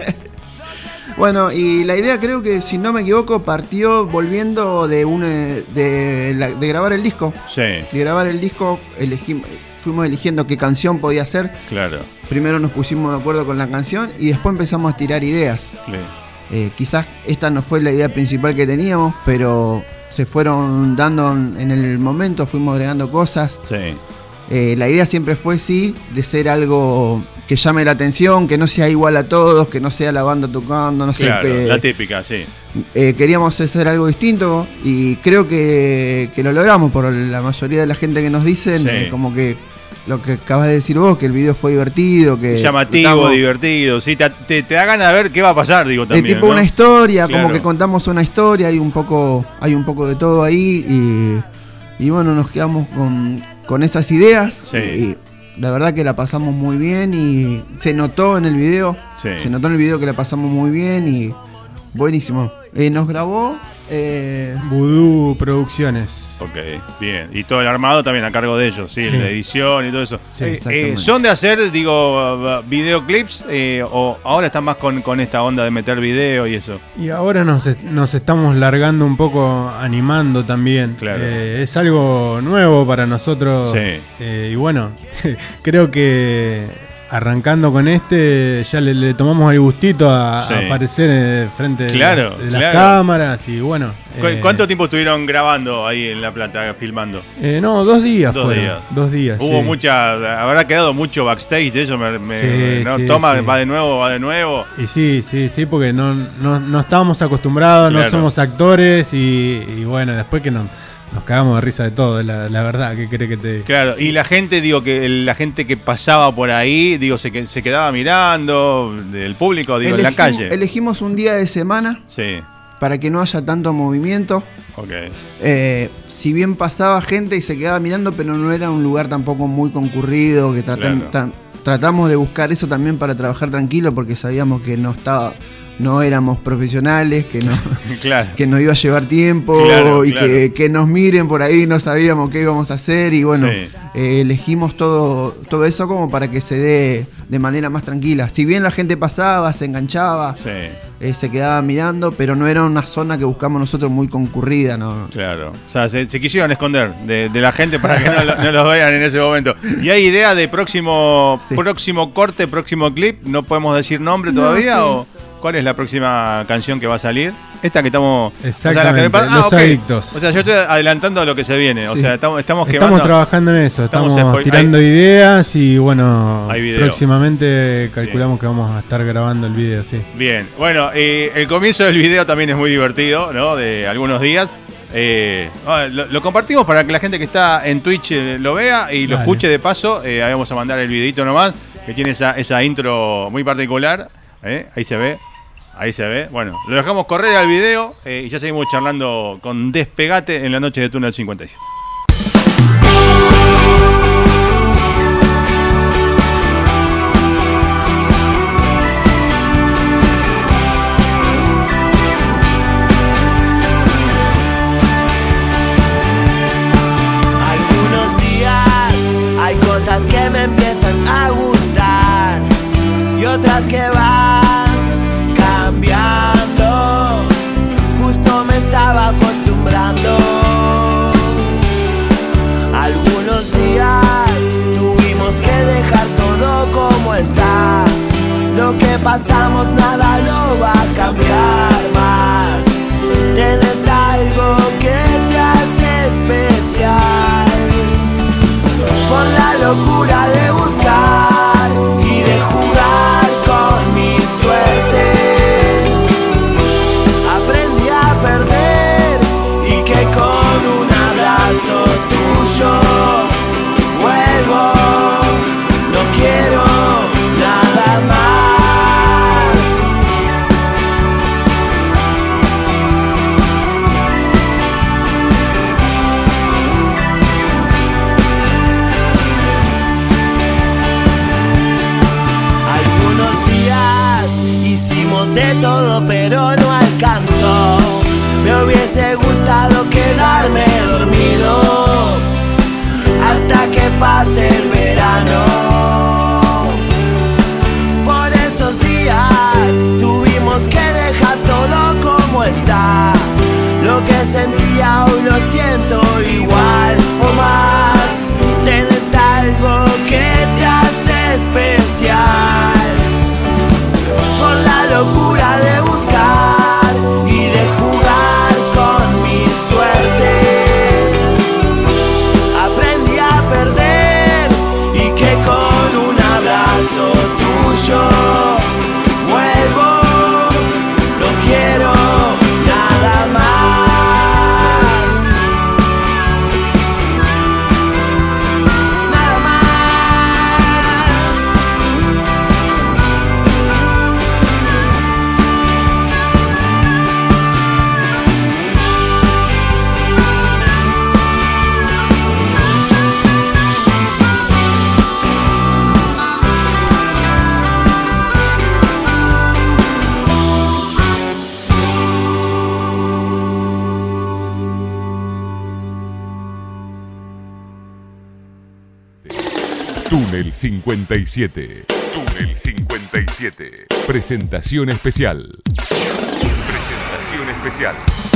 Bueno, y la idea creo que, si no me equivoco, partió volviendo de, un, eh, de, la- de grabar el disco. Sí, De grabar el disco, elegimos, fuimos eligiendo qué canción podía ser. claro. Primero nos pusimos de acuerdo con la canción y después empezamos a tirar ideas. Sí. Eh, quizás esta no fue la idea principal que teníamos, pero se fueron dando en, en el momento, fuimos agregando cosas. Sí. Eh, la idea siempre fue, sí, de ser algo que llame la atención, que no sea igual a todos, que no sea la banda tocando, no sé. Claro, que- la típica, sí. eh, queríamos hacer algo distinto y creo que, que lo logramos por la mayoría de la gente que nos dicen, Sí. eh, como que lo que acabas de decir vos, que el video fue divertido, que Llamativo, disfrutamos. divertido, sí, te, te, te da ganas de ver qué va a pasar, digo, Es también. tipo ¿no? una historia, Claro. como que contamos una historia, hay un poco, hay un poco de todo ahí y, y bueno, nos quedamos con, con esas ideas Sí. y, y la verdad que la pasamos muy bien y se notó en el video, Sí. se notó en el video que la pasamos muy bien y buenísimo. Eh, nos grabó eh, Voodoo Producciones. Ok, bien. Y todo el armado también a cargo de ellos, sí, Sí. la edición y todo eso. Sí, Eh, eh, exactamente. ¿Son de hacer, digo, uh, videoclips eh, o ahora están más con, con esta onda de meter video y eso? Y ahora nos, est- nos estamos largando un poco animando también. Claro. Eh, es algo nuevo para nosotros. Sí. Eh, y bueno, creo que arrancando con este ya le, le tomamos el gustito a, Sí. a aparecer eh, frente de, Claro, la- de las claro. cámaras y bueno. ¿Cu- eh, ¿Cuánto tiempo estuvieron grabando ahí en La Plata, filmando? eh, no, dos días Dos fueron. días. Dos días. Hubo sí. mucha, habrá quedado mucho backstage de eso, me, me- Sí, ¿no? sí, Toma, sí. va de nuevo, va de nuevo. Y sí, sí, sí, porque no, no, no estábamos acostumbrados, Claro. no somos actores y, y bueno, después que nos, nos cagamos de risa de todo, la, la verdad, ¿qué querés que te diga? Claro, y la gente, digo, que la gente que pasaba por ahí, digo, se, que- se quedaba mirando, del público, digo, en la elegimos- calle. Elegimos un día de semana Sí, para que no haya tanto movimiento. ok. Eh, si bien pasaba gente y se quedaba mirando, pero no era un lugar tampoco muy concurrido, que tratam- Claro. tra- tratamos de buscar eso también para trabajar tranquilo, porque sabíamos que no estaba, no éramos profesionales, que no, Claro. que nos iba a llevar tiempo Claro, y claro. Que, que nos miren por ahí, no sabíamos qué íbamos a hacer y bueno, Sí. eh, elegimos todo, todo eso como para que se dé de manera más tranquila. Si bien la gente pasaba, se enganchaba, Sí, eh, se quedaba mirando, pero no era una zona que buscamos nosotros muy concurrida, ¿no? claro. O sea, se, se quisieron esconder de, de la gente para que no, lo- no los vean en ese momento. ¿Y hay idea de próximo Sí. próximo corte, próximo clip? ¿No podemos decir nombre No, todavía? sí. ¿O cuál es la próxima canción que va a salir? Esta que estamos... Exactamente, o sea, la que- Los ok. Adictos. O sea, yo estoy adelantando a lo que se viene. O Sí. sea, estamos, estamos quemando... Estamos trabajando en eso, Estamos estamos, spoil- tirando hay- ideas y bueno, Hay video. próximamente calculamos que vamos a estar grabando el video, sí. Bien, bueno, eh, el comienzo del video también es muy divertido, ¿no? De algunos días. Eh, ah, lo, lo compartimos para que la gente que está en Twitch eh, lo vea y lo Dale. escuche de paso. Eh, ahí vamos a mandar el videito nomás, que tiene esa, esa intro muy particular. ¿eh? Ahí se ve, ahí se ve. Bueno, lo dejamos correr al video eh, y ya seguimos charlando con Despegate en la noche de Túnel cincuenta y siete. Algunos días hay cosas que me empiezan a gustar y otras que van cambiando. Justo me estaba acostumbrando. Algunos días tuvimos que dejar todo como está. Lo que pasamos nada lo va a cambiar más. Tienes algo que te hace especial. Por la locura de buscar y de jugar con mi suerte. Aprendí a perder y que con un abrazo Tuvimos de todo pero no alcanzó. Me hubiese gustado quedarme dormido hasta que pase el verano. Por esos días tuvimos que dejar todo como está. Lo que sentía hoy lo siento igual o más. Tienes algo que te hace especial. Por la locura de buscar y de jugar con mi suerte, aprendí a perder y que con un abrazo tuyo vuelvo. No quiero nada más. Nada más. Túnel cincuenta y siete. Túnel cincuenta y siete. Presentación especial. Presentación especial.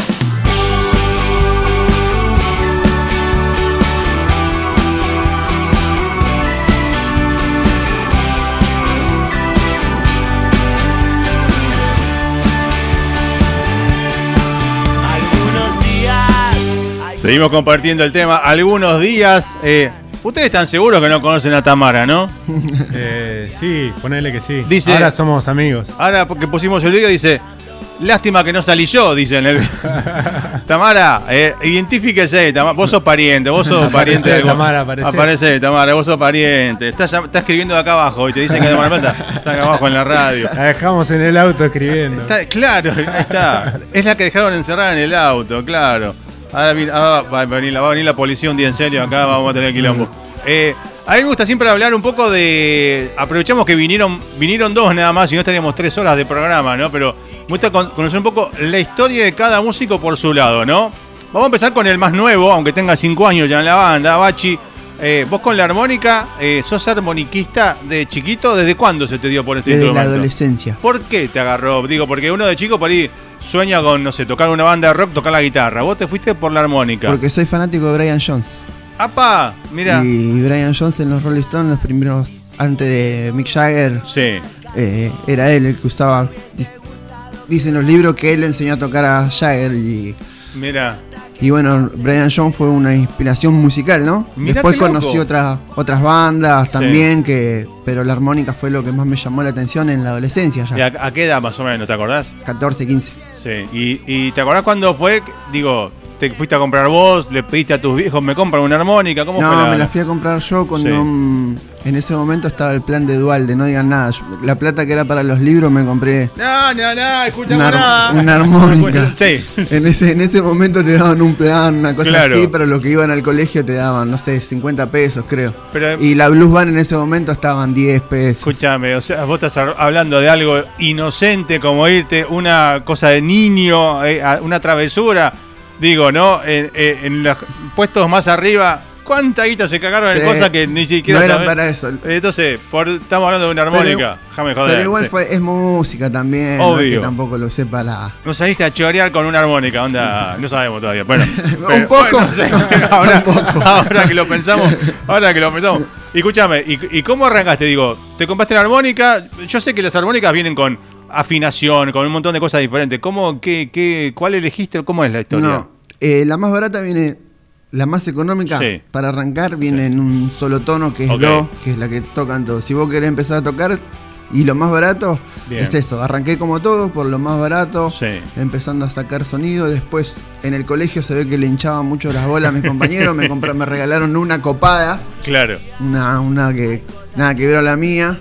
Algunos días. Seguimos compartiendo el tema. Algunos días. Eh, Ustedes están seguros que no conocen a Tamara, ¿no? Eh, sí, ponele que sí. Dice- Ahora somos amigos. Ahora porque pusimos el video dice, lástima que no salí yo, dice en el Tamara, eh, identifíquese, Tamara, vos sos pariente, vos sos pariente. de- Tamara, aparece. Aparece, Tamara, vos sos pariente. Está, está escribiendo de acá abajo y te dicen que de Mar del Plata. Está acá abajo en la radio. La dejamos en el auto escribiendo. Está, claro, ahí está. Es la que dejaron encerrada en el auto, claro. Ahora vi- ah, va, a venir, la- va a venir la policía un día en serio, acá vamos a tener quilombo. Eh, a mí me gusta siempre hablar un poco de... Aprovechamos que vinieron vinieron dos nada más y no estaríamos tres horas de programa, ¿no? Pero me gusta con- conocer un poco la historia de cada músico por su lado, ¿no? Vamos a empezar con el más nuevo, aunque tenga cinco años ya en la banda, Bachi. Eh, vos con la armónica, eh, ¿sos armoniquista de chiquito? ¿Desde cuándo se te dio por este Desde la instrumento? adolescencia. ¿Por qué te agarró? Digo, porque uno de chico por ahí sueña con, no sé, tocar una banda de rock, tocar la guitarra. Vos te fuiste por la armónica. Porque soy fanático de Brian Jones. ¡Apa! Mira. Y Brian Jones en los Rolling Stones, los primeros, antes de Mick Jagger, Sí. eh, era él el que usaba. dis- Dicen los libros que él le enseñó a tocar a Jagger. Y, Mira. y bueno, Brian Jones fue una inspiración musical, ¿no? Mirá Después qué loco. conocí otras otras bandas Sí. también, que pero la armónica fue lo que más me llamó la atención en la adolescencia ¿Y ya. a, a qué edad más o menos, te acordás? catorce, quince. Sí. ¿Y, y te acordás cuándo fue? Digo, ¿te fuiste a comprar vos? ¿Le pediste a tus viejos, me compran una armónica? ¿Cómo No, fue la...? me la fui a comprar yo cuando Sí. mm, en ese momento estaba el plan de Dual, de no digan nada. Yo- la plata que era para los libros me compré No, no, no, escuchame una, ar- nada. una armónica. Sí. En ese, en ese momento te daban un plan, una cosa Claro. así, pero los que iban al colegio te daban, no sé, cincuenta pesos creo. Pero- Y la Blues Band en ese momento estaban diez pesos. Escúchame, o sea, vos estás har- hablando de algo inocente como irte, una cosa de niño, eh, a- una travesura. Digo, ¿no? En, en- en los puestos más arriba, ¿cuánta guita se cagaron en Sí. cosas que ni siquiera No eran sabés? para eso. Entonces, por, estamos hablando de una armónica. Déjame joder. Pero igual Sí. fue, es música también, no es Obvio. que tampoco lo sé para... No saliste a chorear con una armónica, onda, no sabemos todavía. Bueno, Un poco. bueno, no sé, ahora, ahora que lo pensamos, ahora que lo pensamos. Y escúchame, ¿y, ¿y cómo arrancaste? Digo, ¿te compraste la armónica? Yo sé que las armónicas vienen con afinación, con un montón de cosas diferentes. ¿Cómo, qué, qué, cuál elegiste? ¿Cómo es la historia? No, eh, la más barata viene, la más económica Sí. para arrancar viene en un solo tono que es Ok. Do, que es la que tocan todos. Si vos querés empezar a tocar y lo más barato Bien. es eso, arranqué como todos por lo más barato, Sí. empezando a sacar sonido. Después en el colegio se ve que le hinchaban mucho las bolas a mis compañeros, me compraron, me regalaron una copada, Claro. una, una que nada que ver a la mía.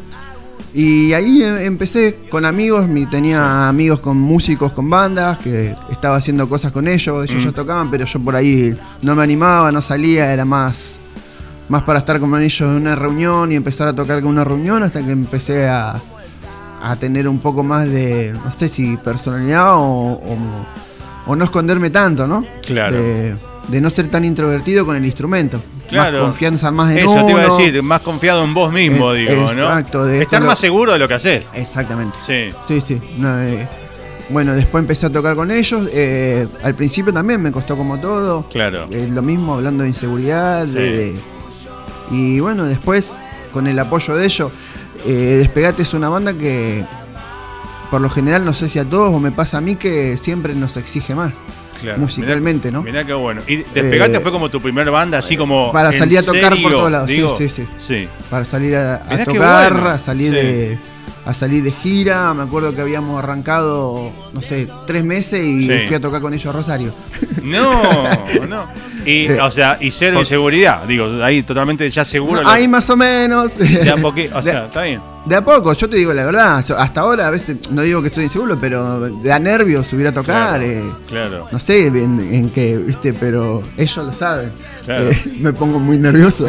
Y ahí em- empecé con amigos, mi- tenía amigos con músicos, con bandas, que estaba haciendo cosas con ellos, ellos Mm. ya tocaban, pero yo por ahí no me animaba, no salía, era más, más para estar con ellos en una reunión y empezar a tocar con una reunión hasta que empecé a, a tener un poco más de, no sé si personalidad o, o, o no esconderme tanto, ¿no? Claro. De, de no ser tan introvertido con el instrumento. Claro. Más confianza más en Eso uno. te iba a decir, más confiado en vos mismo, Eh, digo, ¿no? exacto, de Estar esto lo- más seguro de lo que haces. Exactamente. Sí. Sí, sí. No, eh, bueno, después empecé a tocar con ellos. eh, al principio también me costó como todo. Claro. Eh, lo mismo, hablando de inseguridad. Sí. de- de- y bueno, después, con el apoyo de ellos, eh, Despegate es una banda que, por lo general, no sé si a todos o me pasa a mí, que siempre nos exige más. Claro. Musicalmente, ¿no? Mirá qué bueno. ¿Y Despegate Eh, fue como tu primer banda, así como. para en salir a tocar por serio, todos lados, sí, digo? sí, sí. Sí. Para salir a, a Mirá qué tocar, bueno. a salir Sí. de a salir de gira. Me acuerdo que habíamos arrancado, no sé, tres meses y Sí. fui a tocar con ellos a Rosario. No, no. Y, Eh, o sea, y cero por- inseguridad. Digo, ahí totalmente ya seguro. lo- Ahí más o menos. de a poquito. O De- sea, está bien. De a poco, yo te digo la verdad. yo- Hasta ahora, a veces, no digo que estoy inseguro, pero da nervios subir a tocar. Claro. eh, Claro. no sé en, en qué, ¿viste? Pero ellos lo saben. Claro. Eh, me pongo muy nervioso.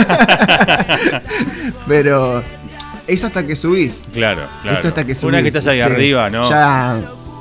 Pero es hasta que subís. Claro, claro. Es hasta que subís. Una vez que estás ahí ¿viste? arriba, ¿no? Ya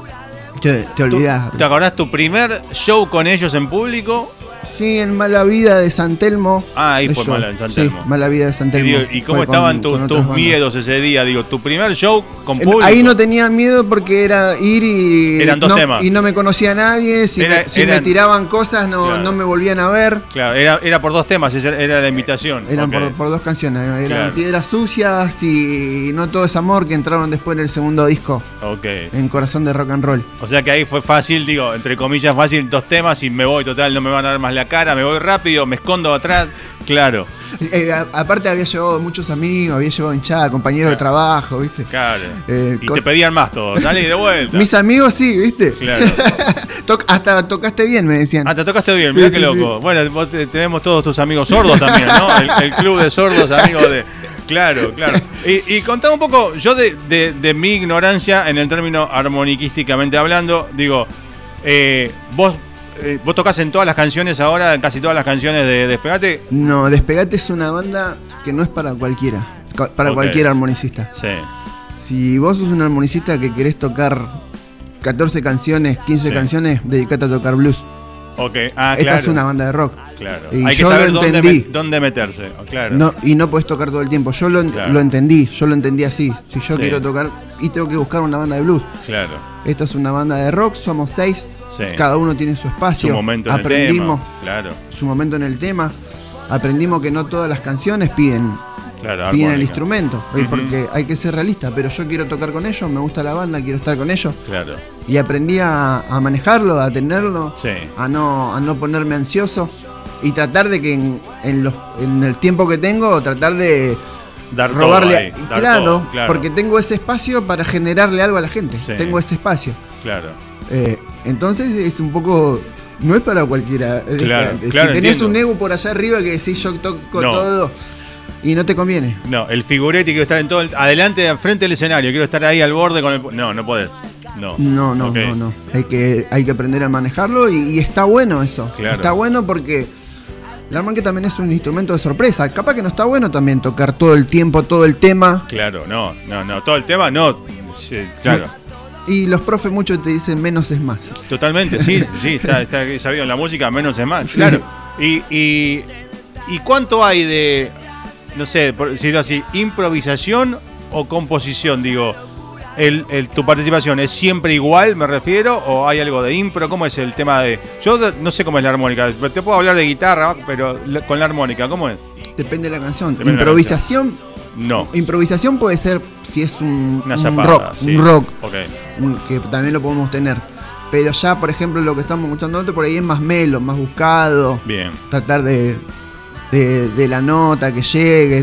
te, te ¿Tú- olvidás. ¿Te acordás tu primer show con ellos en público? Sí, en Mala Vida de San Telmo. Ah, ahí fue Eso, Mala- en San Telmo. Sí, Mala Vida de San Y, Telmo. digo, ¿y cómo Fue con- estaban tu- con otras tus bandas. miedos ese día? Digo, tu primer show con En- público. Ahí no tenía miedo porque era ir y Eran dos no, temas. y no me conocía a nadie. Si, Era- me, si eran- me tiraban cosas no, Claro. no me volvían a ver. Claro, era, era por dos temas, esa era la invitación. Eran Ok. por, por dos canciones. Eran Claro. Piedras Sucias y No Todo es Amor, que entraron después en el segundo disco, Ok. en Corazón de Rock and Roll. O sea que ahí fue fácil, digo, entre comillas fácil, dos temas y me voy, total, no me van a dar más la cara, me voy rápido, me escondo atrás. Claro, Eh, a- aparte había llevado muchos amigos, había llevado hinchada, compañeros de trabajo, ¿viste? claro. Eh, y con- te pedían más todos, dale de vuelta. Mis amigos sí, ¿viste? Claro. Toc- hasta tocaste bien, me decían. Ah, te tocaste bien, Sí, mirá sí, qué loco. sí. Bueno, vos te- tenemos todos tus amigos sordos también, ¿no? El, el club de sordos, amigos de. Claro, claro. Y, y contame un poco, yo de, de- de mi ignorancia en el término armoniquísticamente hablando, digo, eh, vos, eh, vos tocás en todas las canciones ahora, en casi todas las canciones de Despegate. No, Despegate es una banda que no es para cualquiera, ca- para Ok. cualquier armonicista. Sí, Si vos sos un armonicista que querés tocar catorce canciones, quince Sí. canciones, dedicate a tocar blues. ok. Ah, Esta claro. es una banda de rock. Claro. Y Hay que yo saber lo dónde, entendí. me- dónde meterse. Oh, claro. No, y no podés tocar todo el tiempo. Yo lo, en- Claro. lo entendí, yo lo entendí así. Si yo Sí. quiero tocar y tengo que buscar una banda de blues. Claro. Esta es una banda de rock, somos seis. Sí. Cada uno tiene su Su espacio. momento en Aprendimos el tema. Claro, su momento en el tema. Aprendimos que no todas las canciones piden, claro. piden el armónica. instrumento. eh, Ujú. Porque hay que ser realista. Pero yo quiero tocar con ellos, me gusta la banda, quiero estar con ellos. Claro. Y aprendí a, a manejarlo, a tenerlo, Sí. a no, a no ponerme ansioso. Y tratar de que en, en los, en el tiempo que tengo, tratar de Dar todo robarle. ahí, dar claro, todo, claro. porque tengo ese espacio para generarle algo a la gente. Sí. Tengo ese espacio. Claro. Eh, entonces es un poco. No es para cualquiera. Eh, Claro, si claro, tenés entiendo. un ego por allá arriba que decís yo toco No. todo y no te conviene. No, el figuretti, quiero estar en todo el, adelante, frente del escenario, quiero estar ahí al borde con el. No, no podés. No. No, no, Ok. no, no. Hay que, hay que aprender a manejarlo y, y está bueno eso. Claro. Está bueno porque la armónica también es un instrumento de sorpresa. Capaz que no está bueno también tocar todo el tiempo, todo el tema. Claro, no, no, no. Todo el tema, no. Sí, claro. Y los profes muchos te dicen menos es más. Totalmente, sí, sí, está, está sabido en la música, menos es más. Sí. Claro. Y, y, ¿Y cuánto hay de, no sé, por decirlo así, improvisación o composición? Digo, el, el- ¿tu participación es siempre igual, me refiero? ¿O hay algo de impro? ¿Cómo es el tema de...? Yo de- no sé cómo es la armónica, te puedo hablar de guitarra, pero la- con la armónica, ¿cómo es? Depende de la canción. Depende de la Improvisación. No, Improvisación puede ser si es un, una un zapada. rock. sí. Un rock. Ok, un- que también lo podemos tener. Pero ya, por ejemplo, lo que estamos escuchando ahora por ahí es más melo, más buscado. bien. Tratar de, de, de la nota que llegue.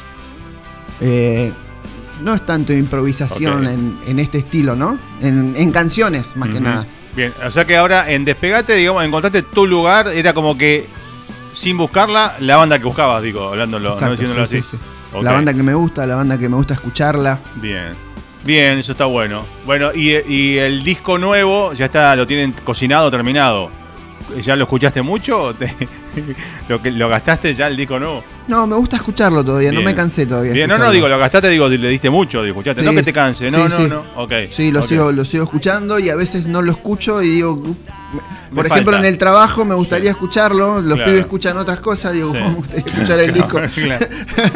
Eh, no es tanto improvisación Ok. en, en este estilo, ¿no? En, en canciones, más que Ujú. nada. Bien, o sea que ahora en Despegate, digamos, encontraste tu lugar, era como que sin buscarla, la banda que buscabas, digo, hablándolo, no Exacto, diciéndolo sí, así. sí, sí. Ok. La banda que me gusta, la banda que me gusta escucharla. Bien, bien, eso está bueno. Bueno, y, y el disco nuevo, ya está, lo tienen cocinado, terminado. ¿Ya lo escuchaste mucho? ¿O te- ¿Lo, que, ¿Lo gastaste ya el disco nuevo? No, me gusta escucharlo todavía, no Bien. me cansé todavía. de Bien, no, no, escucharlo. digo, lo gastaste, digo, le diste mucho, digo, escuchaste, Sí, no que te canse, no, sí, no, sí. no, ok. Sí, lo, ok. sigo, lo sigo escuchando y a veces no lo escucho y digo, uf, me- por Me ejemplo, falta. en el trabajo me gustaría escucharlo, los Claro. pibes escuchan otras cosas, digo, Sí. me gustaría escuchar el disco. Claro.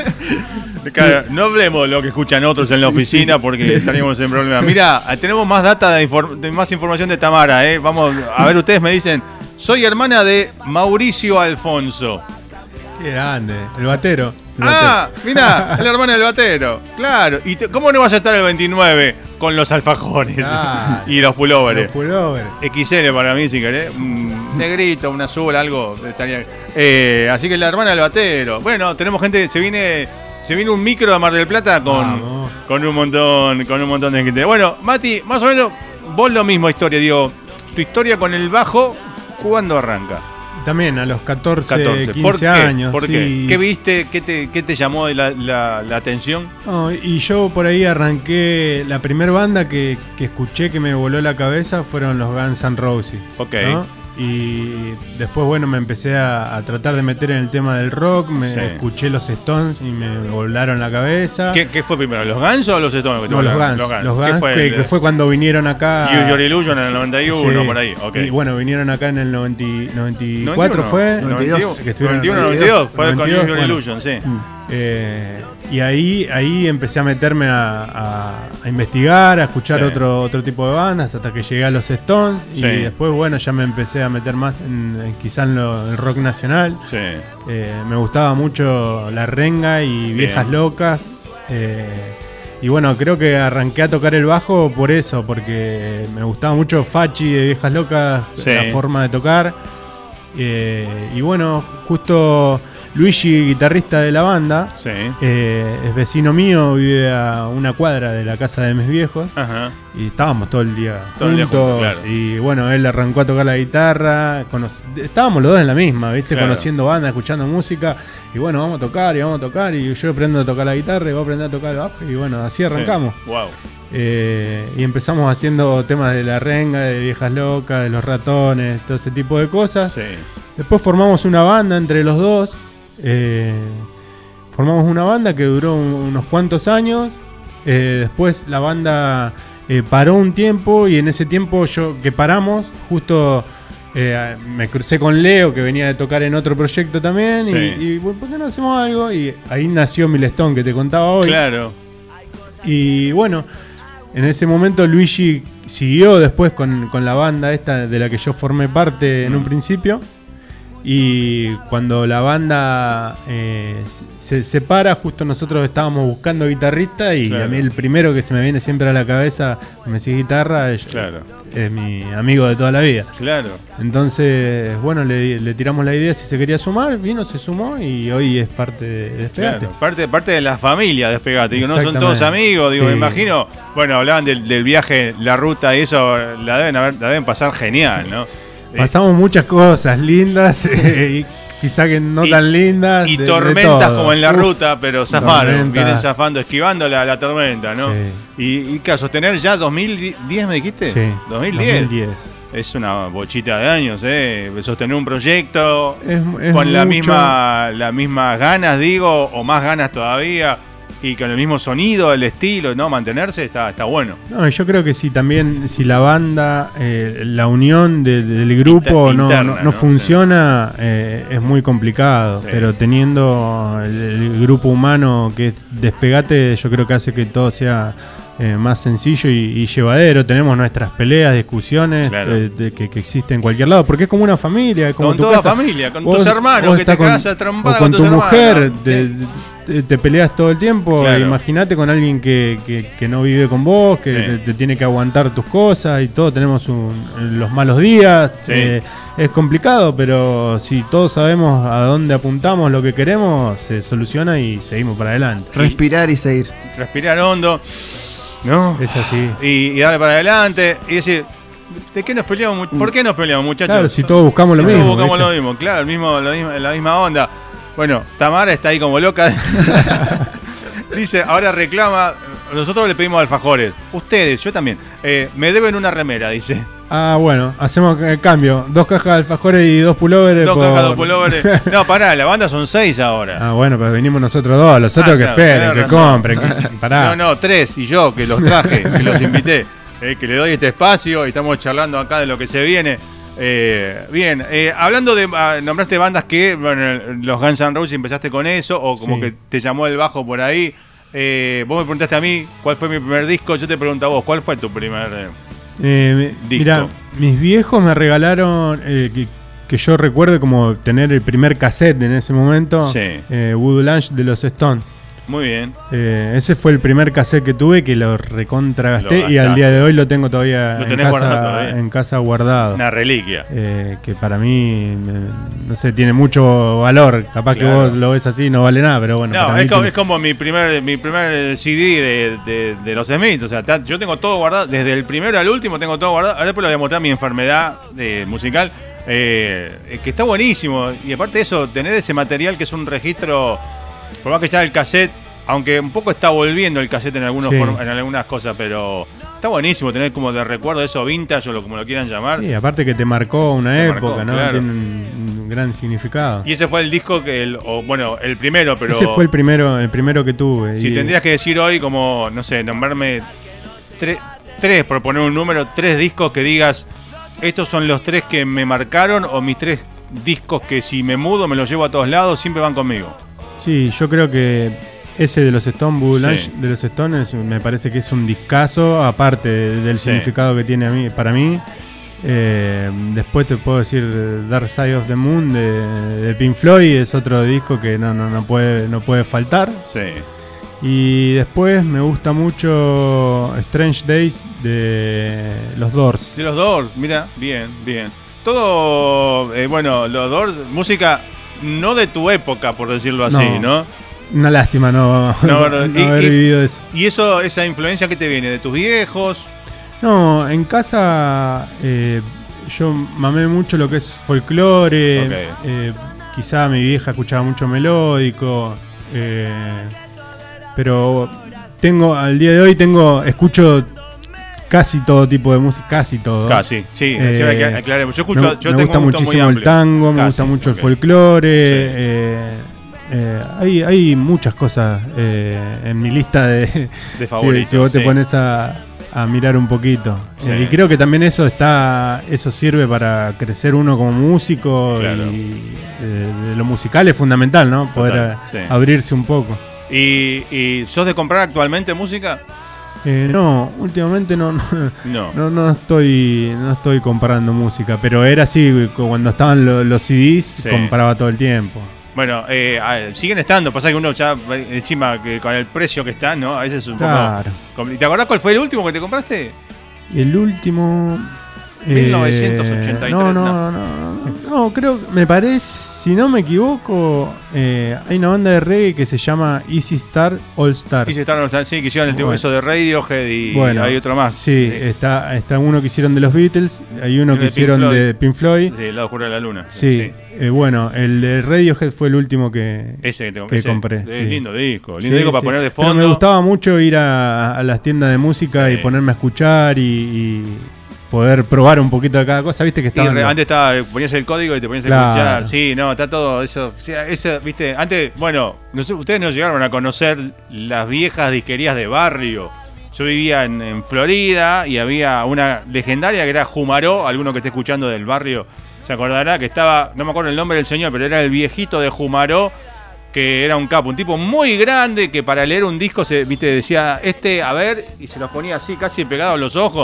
Claro, no hablemos de lo que escuchan otros en la Sí, oficina sí. porque estaríamos en problemas. Mira, tenemos más data, de, infor- de más información de Tamara, ¿eh? Vamos, a ver, ustedes me dicen, soy hermana de Mauricio Alfonso. Qué grande. El batero. El Ah, mirá, es la hermana del batero. Claro. ¿Y te- cómo no vas a estar el veintinueve con los alfajores Claro. y los pulóveres? Los pullover. X L para mí, si querés. Un negrito, un azul, algo. Estaría... Eh, así que la hermana del batero. Bueno, tenemos gente, se viene, se viene un micro de Mar del Plata con, Vamos. con un montón, con un montón de gente. Bueno, Mati, más o menos, vos lo mismo historia, digo, tu historia con el bajo, ¿cuándo arranca? También a los catorce, catorce. quince ¿Por qué? años. ¿Por sí. qué? ¿Qué viste? ¿Qué te, qué te llamó la, la- la atención? No, y yo por ahí arranqué. La primera banda que, que escuché que me voló la cabeza fueron los Guns N' Roses. Ok. ¿no? Y después, bueno, me empecé a, a tratar de meter en el tema del rock. Me Sí. escuché los Stones y me volaron la cabeza. ¿Qué, qué fue primero, los Guns o los Stones? que te No, los volaron? Guns. Los ¿Qué Guns, fue que, el- que fue cuando vinieron acá. Use Your Illusion en el noventa y uno, Sí. por ahí, ok. Y bueno, vinieron acá en el noventa, noventa y cuatro, noventa y uno, fue. noventa y dos. Que estuvieron noventa y uno, en noventa y dos, fue con noventa y dos, Use Your bueno. Illusion, sí. Eh, y ahí, ahí empecé a meterme a, a- a investigar, a escuchar Sí. otro, otro tipo de bandas, hasta que llegué a los Stones. Y Sí. después, bueno, ya me empecé a meter más en, en quizá en lo- el rock nacional. Sí. Eh, me gustaba mucho La Renga y Viejas Bien. Locas. eh, y bueno, creo que arranqué a tocar el bajo por eso, porque me gustaba mucho Fachi de Viejas Locas, Sí. la forma de tocar. Eh, y bueno, justo Luigi, guitarrista de la banda, Sí. eh, es vecino mío, vive a una cuadra de la casa de mis viejos. Ajá. Y estábamos todo el día Todo el día juntos. juntos, claro. Y bueno, él arrancó a tocar la guitarra. cono- Estábamos los dos en la misma, ¿viste? Claro. Conociendo bandas, escuchando música. Y bueno, vamos a tocar y vamos a tocar. Y yo aprendo a tocar la guitarra y vos aprendés a tocar el bajo. Y bueno, así arrancamos. Sí. Wow. Eh, y empezamos haciendo temas de La Renga, de Viejas Locas, de Los Ratones, todo ese tipo de cosas. Sí. Después formamos una banda entre los dos. eh, formamos una banda que duró un- unos cuantos años. eh, después la banda eh, paró un tiempo y en ese tiempo yo que paramos, justo eh, me crucé con Leo que venía de tocar en otro proyecto también. y- Sí. Y, bueno, ¿por qué no hacemos algo? Y ahí nació Milestone que te contaba hoy. Claro. Y bueno, en ese momento Luigi siguió después con, con la banda esta de la que yo formé parte en un principio. Y cuando la banda eh, se separa, justo nosotros estábamos buscando guitarrista y Claro. a mí el primero que se me viene siempre a la cabeza, me sigue guitarra, es, Claro. es mi amigo de toda la vida. Claro. Entonces, bueno, le, le tiramos la idea si se quería sumar, vino, se sumó y hoy es parte de Despegate. Claro, parte, parte de la familia, Despegate. Digo, no son Exactamente. todos amigos, digo, Sí. me imagino. Bueno, hablaban del, del viaje, la ruta y eso, la deben, haber, la deben pasar genial, ¿no? Pasamos muchas cosas lindas y quizá que no Y- tan lindas. Y de- de tormentas todo. como en la Uf, ruta, pero zafaron, tormenta. vienen zafando, esquivando la, la tormenta, ¿no? Sí. Y, y claro, sostener ya dos mil diez, ¿me dijiste? Sí, dos mil diez. dos mil diez. Es una bochita de años, ¿eh? Sostener un proyecto Es- es con la mucho. misma, las mismas ganas, digo, o más ganas todavía, y con el mismo sonido, el estilo, ¿no? Mantenerse está, está bueno. No, yo creo que si también, si la banda, eh, la unión de- del grupo Inter- no, interna, no- no ¿no? funciona, eh, es muy complicado. Sí. Pero teniendo el, el grupo humano que es Despegate, yo creo que hace que todo sea eh, más sencillo y, y llevadero. Tenemos nuestras peleas, discusiones Claro. eh, de- que, que existen en cualquier lado, porque es como una familia, es como Con tu toda casa. familia, con Vos- tus hermanos, vos que te estás cagas a trompada o con, con tu tus mujer, hermanos, te, sí. te- te peleas todo el tiempo. Claro. Imagínate con alguien que, que- que no vive con vos, que Sí. te, te tiene que aguantar tus cosas y todo. Tenemos un- los malos días. Sí. eh, es complicado, pero si todos sabemos a dónde apuntamos, lo que queremos, se soluciona y seguimos para adelante. Respirar y seguir. Respirar hondo, ¿no? Es así. Y, y darle para adelante y decir, ¿de qué nos peleamos? mu- ¿Por qué nos peleamos, muchachos? Claro, si todos buscamos lo Todos mismo. buscamos ¿viste? lo mismo, claro, el mismo, lo mismo- la misma onda. Bueno, Tamara está ahí como loca. Dice, ahora reclama, nosotros le pedimos alfajores. Ustedes, yo también. eh, me deben una remera, dice. Ah, bueno, hacemos el cambio. Dos cajas de alfajores y dos pulóveres. Dos por... cajas de pulóveres. No, pará, la banda son seis ahora. Ah, bueno, pero venimos nosotros dos. Los otros Ah, que claro, esperen, tenés que razón. compren. Que... Pará. No, no, tres y yo que los traje, que los invité, eh, que le doy este espacio y estamos charlando acá de lo que se viene. Eh, bien, eh, hablando de, ah, nombraste bandas que, bueno, los Guns N' Roses empezaste con eso, o como Sí. que te llamó el bajo por ahí. Eh, vos me preguntaste a mí cuál fue mi primer disco, yo te pregunto a vos, ¿cuál fue tu primer eh, Eh, disco? Mira, mis viejos me regalaron, eh, que, que yo recuerde como tener el primer cassette en ese momento, Sí. eh, Voodoo Lounge de los Stones. Muy bien. Eh, ese fue el primer cassette que tuve que lo recontra gasté Lo y al gastaste. día de hoy lo tengo todavía Lo en tenés guardado casa, todavía. en casa guardado. Una reliquia. Eh, que para mí, me- no sé, tiene mucho valor. Capaz Claro. que vos lo ves así, no vale nada, pero bueno. No, para mí es como, tiene- es como mi primer mi primer C D de, de, de los Smiths. O sea, ta- yo tengo todo guardado, desde el primero al último tengo todo guardado. Ahora después lo voy a mostrar mi enfermedad de, musical, eh, que está buenísimo. Y aparte de eso, tener ese material que es un registro, por más que ya el cassette, aunque un poco está volviendo el cassette en, algunos Sí. form- en algunas cosas, pero está buenísimo tener como de recuerdo eso vintage o lo, como lo quieran llamar. Sí, aparte que te marcó una Te época, marcó, ¿no? claro. Tiene un, un gran significado. Y ese fue el disco que, el, o, bueno, el primero, pero... Ese fue el primero, el primero que tuve. Si y- tendrías que decir hoy, como, no sé, nombrarme tre- tres, por poner un número, tres discos que digas, estos son los tres que me marcaron, o mis tres discos que si me mudo, me los llevo a todos lados, siempre van conmigo. Sí, yo creo que ese de los Stones, Voodoo Sí. Lounge de los Stones, me parece que es un discazo, aparte del Sí. significado que tiene a mí, para mí. Eh, después te puedo decir Dark Side of the Moon de, de Pink Floyd, es otro disco que no, no, no, puede, no puede faltar. Sí. Y después me gusta mucho Strange Days de los Doors. De los Doors, mira, bien, bien. Todo, eh, bueno, los Doors, música no de tu época, por decirlo así, ¿no? Una lástima no, No, no, no, y- haber y- vivido eso. Y eso, esa influencia que te viene, de tus viejos. No, en casa eh, yo mamé mucho lo que es folclore. Ok. eh, quizá mi vieja escuchaba mucho melódico. eh, pero tengo, al día de hoy tengo, escucho casi todo tipo de música, casi todo. Casi, sí, Eh, encima que aclaremos. Yo escucho, me, yo me tengo gusta un gusto muy muchísimo el amplio. tango, me Casi, gusta mucho ok. el folclore. Sí. eh, eh, hay, hay muchas cosas eh, en mi lista de, De si- favoritos, si, vos te sí. pones a, a mirar un poquito. Sí. Eh, y creo que también eso está, eso sirve para crecer uno como músico. Claro. Y eh, de lo musical es fundamental, ¿no? Poder Total, a- sí. abrirse un poco. ¿Y, y sos de comprar actualmente música? Eh, no, últimamente no, no, No. no, no estoy, no estoy comprando música, pero era así, cuando estaban lo- los C Ds, Sí. compraba todo el tiempo. Bueno, eh, a- siguen estando. Pasa que uno ya, eh, encima, que con el precio que está, ¿no? A veces es un Claro. poco. compli- ¿Te acordás cuál fue el último que te compraste? Y el último... eh, mil novecientos ochenta y tres, no, no, no. no, no, no, creo, me parece, si no me equivoco, eh, hay una banda de reggae que se llama Easy Star All Star. Y se estaron, sí, que hicieron el tipo Bueno. eso de Radiohead y Bueno, hay otro más. Sí, Está, está uno que hicieron de los Beatles, hay uno Y que de Pink hicieron Floyd. de Pink Floyd. Sí, el lado oscuro de la luna. Sí, eh, bueno, el de Radiohead fue el último que, Ese que, te, que ese, compré. Es sí. lindo disco. Lindo Sí, disco para sí. poner de Pero fondo. me gustaba mucho ir a, a las tiendas de música Sí. y ponerme a escuchar y, y poder probar un poquito de cada cosa. Viste que Y estaban re- los- antes estaba, ponías el código y te ponías a Claro. escuchar. Sí, no, está todo eso. O sea, ese, viste, antes, bueno, no sé, ustedes no llegaron a conocer las viejas disquerías de barrio. Yo vivía en, en Florida y había una legendaria que era Jumaró, alguno que esté escuchando del barrio se acordará que estaba, no me acuerdo el nombre del señor, pero era el viejito de Jumaró, que era un capo, un tipo muy grande que para leer un disco se, viste, decía, este, a ver, y se los ponía así casi pegados a los ojos.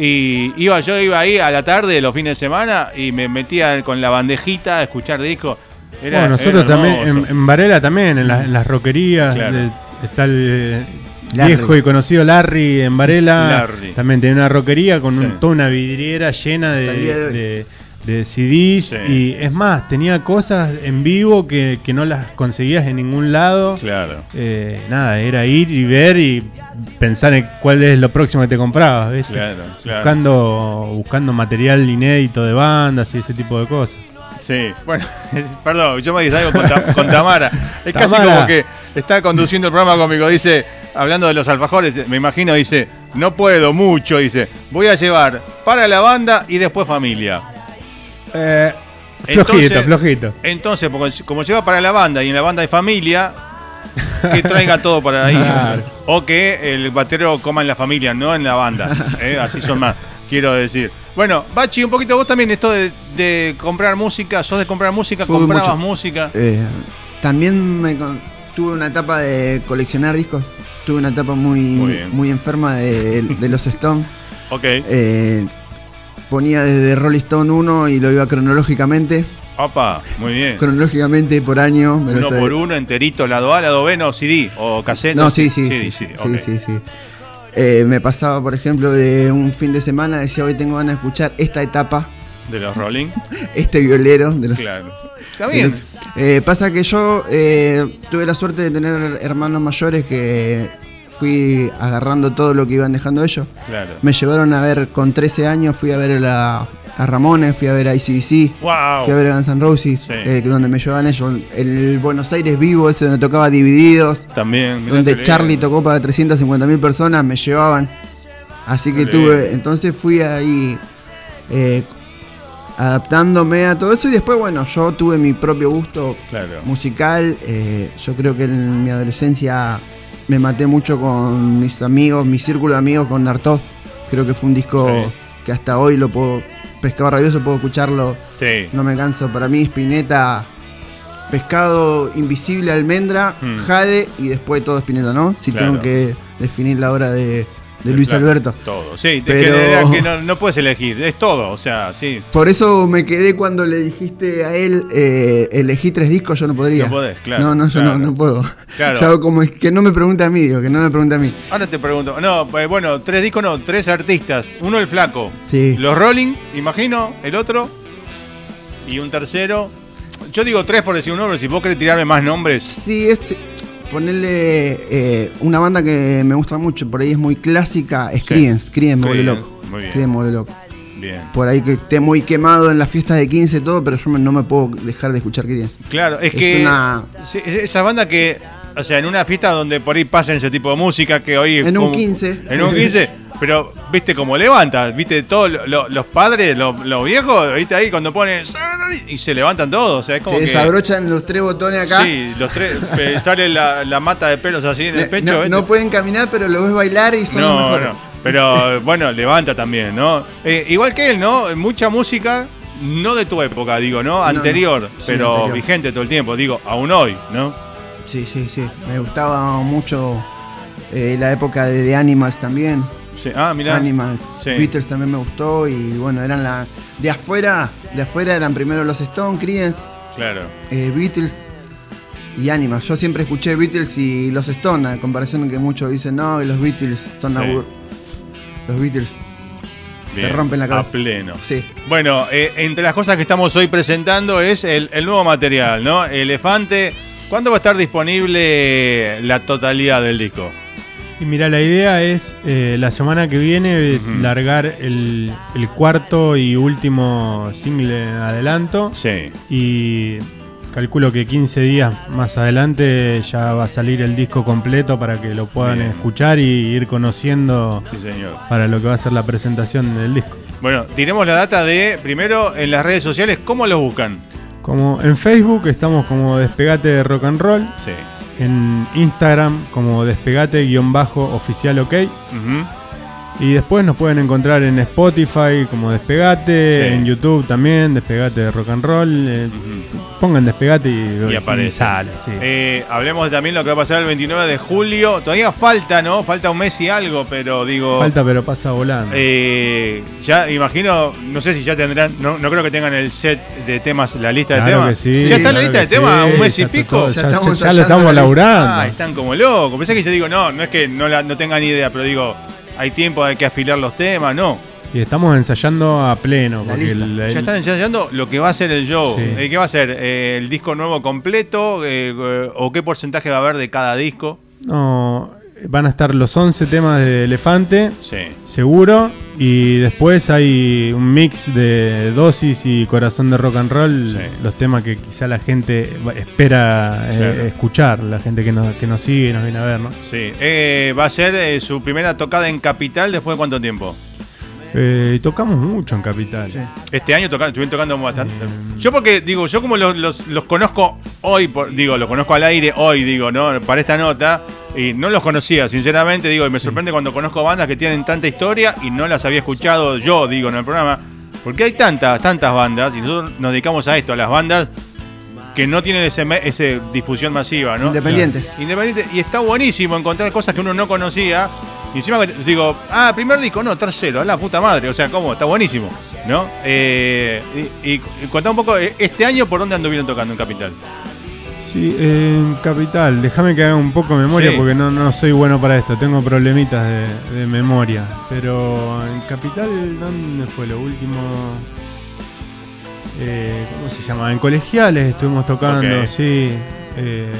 Y iba, yo iba ahí a la tarde, los fines de semana, y me metía con la bandejita a escuchar discos. Era, Bueno, nosotros era también, hermoso. en, en Varela también, en, la- en las roquerías, Claro. de- está el eh, Larry. viejo y conocido Larry en Varela. Larry. También tenía una roquería con un- Sí. toda una vidriera llena de, Hasta el día de hoy. de- de C Ds. Sí. Y es más, tenía cosas en vivo que, que no las conseguías en ningún lado. Claro. Eh, nada, era ir y ver y pensar en cuál es lo próximo que te comprabas, ¿viste? Claro, claro. Buscando, buscando material inédito de bandas y ese tipo de cosas. Sí, bueno, perdón, yo me distraigo con, Ta- con Tamara. Es casi Tamara. como que está conduciendo el programa conmigo. Dice, hablando de los alfajores, me imagino, dice, no puedo mucho, dice, voy a llevar para la banda y después familia. Eh, Entonces- flojito, flojito. Entonces, porque como lleva para la banda y en la banda hay familia, que traiga todo para ahí. Claro. O que el batero coma en la familia, no en la banda. ¿eh? Así son más, quiero decir. Bueno, Bachi, un poquito vos también, esto de, de comprar música, sos de comprar música, Fue comprabas mucho. música. Eh, también me con- tuve una etapa de coleccionar discos. Tuve una etapa muy, Muy bien. muy enferma de, de los Stones. Ok. Eh, ponía desde Rolling Stone uno y lo iba cronológicamente. Opa, muy bien. Cronológicamente por año. me lo Uno sabía. por uno, enterito, lado A, lado B, no, C D o cassette. No, sí, sí. C D, Sí, sí, sí, ok. sí, sí. Eh, me pasaba, por ejemplo, de un fin de semana, decía, hoy tengo ganas de escuchar esta etapa, De los Rolling. este violero de los... Claro. Está de bien. los- eh, pasa que yo eh, tuve la suerte de tener hermanos mayores que fui agarrando todo lo que iban dejando ellos. Claro. Me llevaron a ver, con trece años, fui a ver a, la- a Ramones, fui a ver a I C D C, Wow. fui a ver a Guns N' Roses, Sí. eh, que donde me llevaban ellos. El Buenos Aires Vivo, ese donde tocaba Divididos, También. mirá qué donde bien. Charlie tocó para trescientas cincuenta mil personas, me llevaban. Así que Qué tuve, bien. entonces fui ahí eh, adaptándome a todo eso y después, bueno, yo tuve mi propio gusto Claro. musical. eh, yo creo que en mi adolescencia me maté mucho con mis amigos, mi círculo de amigos con Nartó. Creo que fue un disco Sí. que hasta hoy lo puedo, Pescado Rabioso, puedo escucharlo, Sí. no me canso. Para mí, Spinetta, Pescado Invisible, Almendra, Hmm. Jade y después todo Spinetta, ¿no? Si Claro. tengo que definir la obra de, de Luis Claro, Alberto. Todo. Sí, de Pero- que, era que no, no puedes elegir. Es todo. O sea, sí. Por eso me quedé cuando le dijiste a él, eh, elegí tres discos, yo no podría. No podés, claro, No, no, yo claro. no, no puedo. Claro. Yo hago como es que no me pregunte a mí, digo, que no me pregunte a mí. Ahora te pregunto. No, eh, bueno, tres discos no, tres artistas. Uno el flaco. Sí. Los Rolling, imagino. El otro. Y un tercero. Yo digo tres por decir un nombre. Si vos querés tirarme más nombres. Sí, es ponerle eh, una banda que me gusta mucho, por ahí es muy clásica, es Sí. Creedence. Creedence me vuelve Creedence, loco. muy bien. Creedence me vuelve loco. Bien. Por ahí que esté muy quemado en las fiestas de quince y todo, pero yo me- no me puedo dejar de escuchar Creedence. Claro, es, Es que. una- sí, esa banda que. O sea, en una fiesta donde por ahí pasan ese tipo de música que hoy. En un como- quince. En un quince. Pero, viste cómo levanta, viste, todos lo- lo- los padres, lo- los viejos, viste ahí cuando ponen. Y se levantan todos. O sea, es como Se que. desabrochan los tres botones acá. Sí, los tres. pe- sale la, la mata de pelos así en el No- pecho. no, ¿viste? no pueden caminar, pero lo ves bailar y son los No, mejores. no. Pero bueno, levanta también, ¿no? Eh, igual que él, ¿no? Mucha música, no de tu época, digo, ¿no? Anterior, no. Sí, pero anterior. vigente todo el tiempo, digo, aún hoy, ¿no? Sí, sí, sí. Me gustaba mucho eh, la época de The Animals también. Sí. Ah, mirá. Animals. Sí. Beatles también me gustó y bueno, eran la de afuera, de afuera eran primero los Stones, Creedence, Claro. eh, Beatles y Animals. Yo siempre escuché Beatles y los Stones, a comparación de que muchos dicen, no, que los Beatles son Sí. labur. Los Beatles, Bien. rompen la cabeza. A pleno. sí. Bueno, eh, entre las cosas que estamos hoy presentando es el, el nuevo material, ¿no? Elefante. ¿Cuándo va a estar disponible la totalidad del disco? Y mira, la idea es eh, la semana que viene eh, Ujú. largar el, el cuarto y último single en adelanto. Sí. Y calculo que quince días más adelante ya va a salir el disco completo para que lo puedan Bien. escuchar y ir conociendo Sí, señor. para lo que va a ser la presentación del disco. Bueno, tiremos la data de, primero, en las redes sociales, ¿cómo los buscan? Como en Facebook estamos como Despegate de Rock and Roll, Sí. en Instagram como Despegate-oficial OK. Ujú. Y después nos pueden encontrar en Spotify como Despegate, Sí. en YouTube también, Despegate de Rock and Roll. eh, Ujú. Pongan Despegate y, Y aparece. sale. Sí. Eh, hablemos también lo que va a pasar el veintinueve de julio. Todavía falta, ¿no? Falta un mes y algo, pero digo. Falta pero pasa volando. eh, ya imagino, no sé si ya tendrán, no, no creo que tengan el set de temas, la lista de Claro temas. que sí, ya está la claro lista de que temas, sí, un mes y ya está pico. todo, Ya ya, estamos ya- ya lo ensayando estamos la lista. laburando. Ah, están como locos. Pensé que yo digo, no, no es que no, la, no tengan idea, pero digo, hay tiempo, hay que afilar los temas, no. Y estamos ensayando a pleno. La Porque lista. el- el- Ya están ensayando lo que va a ser el show. Sí. Eh, ¿Qué va a ser? Eh, ¿El disco nuevo completo? Eh, eh, ¿O qué porcentaje va a haber de cada disco? no, van a estar los once temas de Elefante, Sí. seguro. Y después hay un mix de Dosis y Corazón de Rock and Roll. Sí. Los temas que quizá la gente va- espera eh, Claro. escuchar. La gente que nos, que nos sigue y nos viene a ver, ¿no? Sí. Eh, ¿Va a ser eh, su primera tocada en Capital después de cuánto tiempo? Eh, tocamos mucho en Capital. Sí. Este año toca, estuvieron tocando bastante. Eh, Yo porque, digo, yo como los, los, los conozco hoy, por- digo, los conozco al aire hoy, digo, ¿no? Para esta nota, y no los conocía, sinceramente, digo, y me sorprende cuando conozco bandas que tienen tanta historia y no las había escuchado yo, digo, en el programa, porque hay tantas, tantas bandas, y nosotros nos dedicamos a esto, a las bandas que no tienen ese, me- ese difusión masiva, ¿no? Independientes. Independiente, y está buenísimo encontrar cosas que uno no conocía. Y encima que digo, ah, primer disco, no, tercero, a la puta madre, o sea, ¿cómo? Está buenísimo, ¿no? Eh, y, y, y contá un poco, eh, este año, ¿por dónde anduvieron tocando en Capital? Sí, en Capital. Déjame que haga un poco de memoria Sí. porque no, no soy bueno para esto. Tengo problemitas de, de memoria. Pero en Capital, ¿dónde fue lo último? Eh, ¿Cómo se llama? En Colegiales estuvimos tocando, Ok. sí. Eh,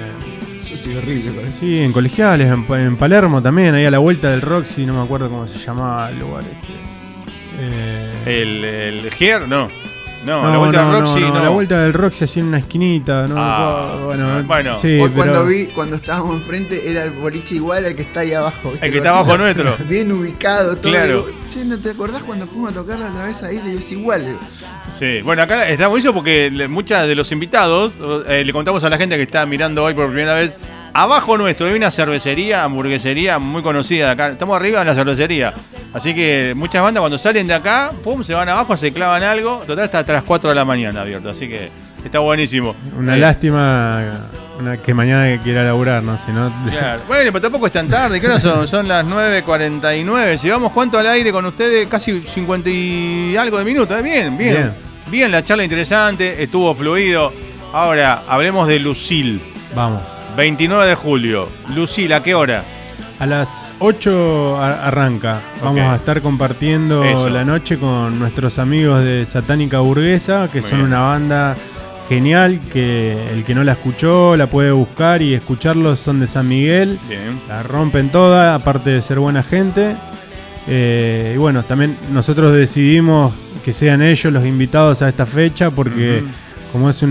Yo soy horrible con eso. sí, en Colegiales, en, Pa- en Palermo también, ahí a la vuelta del Roxy, no me acuerdo cómo se llamaba el lugar este. Eh, ¿El, el Gier? No. No, no, la vuelta no, del Roxy, no, no. no, la vuelta del Roxy así en una esquinita, no me Ah, acuerdo, bueno, bueno. sí, Hoy pero- cuando vi, cuando estábamos enfrente, era el boliche igual al que está ahí abajo. ¿viste? El que está abajo nuestro. Bien ubicado, todo. Claro. Digo, che, ¿no te acordás cuando fuimos a tocar la otra vez ahí? Le digo, es igual. Le digo. Sí, bueno, acá está buenísimo porque le- muchas de los invitados, eh, le contamos a la gente que está mirando hoy por primera vez, abajo nuestro hay una cervecería, hamburguesería muy conocida de acá. Estamos arriba en la cervecería. Así que muchas bandas cuando salen de acá, pum, se van abajo, se clavan algo. Total está hasta las cuatro de la mañana abierto. Así que está buenísimo. Una Eh, lástima una- que mañana quiera laburar, no sé, ¿no? Claro. Bueno, pero tampoco es tan tarde. ¿Qué hora son? Son las nueve cuarenta y nueve. Llevamos cuánto al aire con ustedes? Casi cincuenta y algo de minutos. ¿eh? Bien, bien, bien. Bien. La charla interesante, estuvo fluido. Ahora, hablemos de Lucil. Vamos. veintinueve de julio. Lucil, ¿a qué hora? A las ocho a- arranca. Vamos Ok. a estar compartiendo Eso. la noche con nuestros amigos de Satánica Burguesa, que Muy son bien. una banda genial, que el que no la escuchó la puede buscar y escucharlos. Son de San Miguel, Bien. la rompen toda, aparte de ser buena gente. Eh, y bueno, también nosotros decidimos que sean ellos los invitados a esta fecha porque Ujú. como es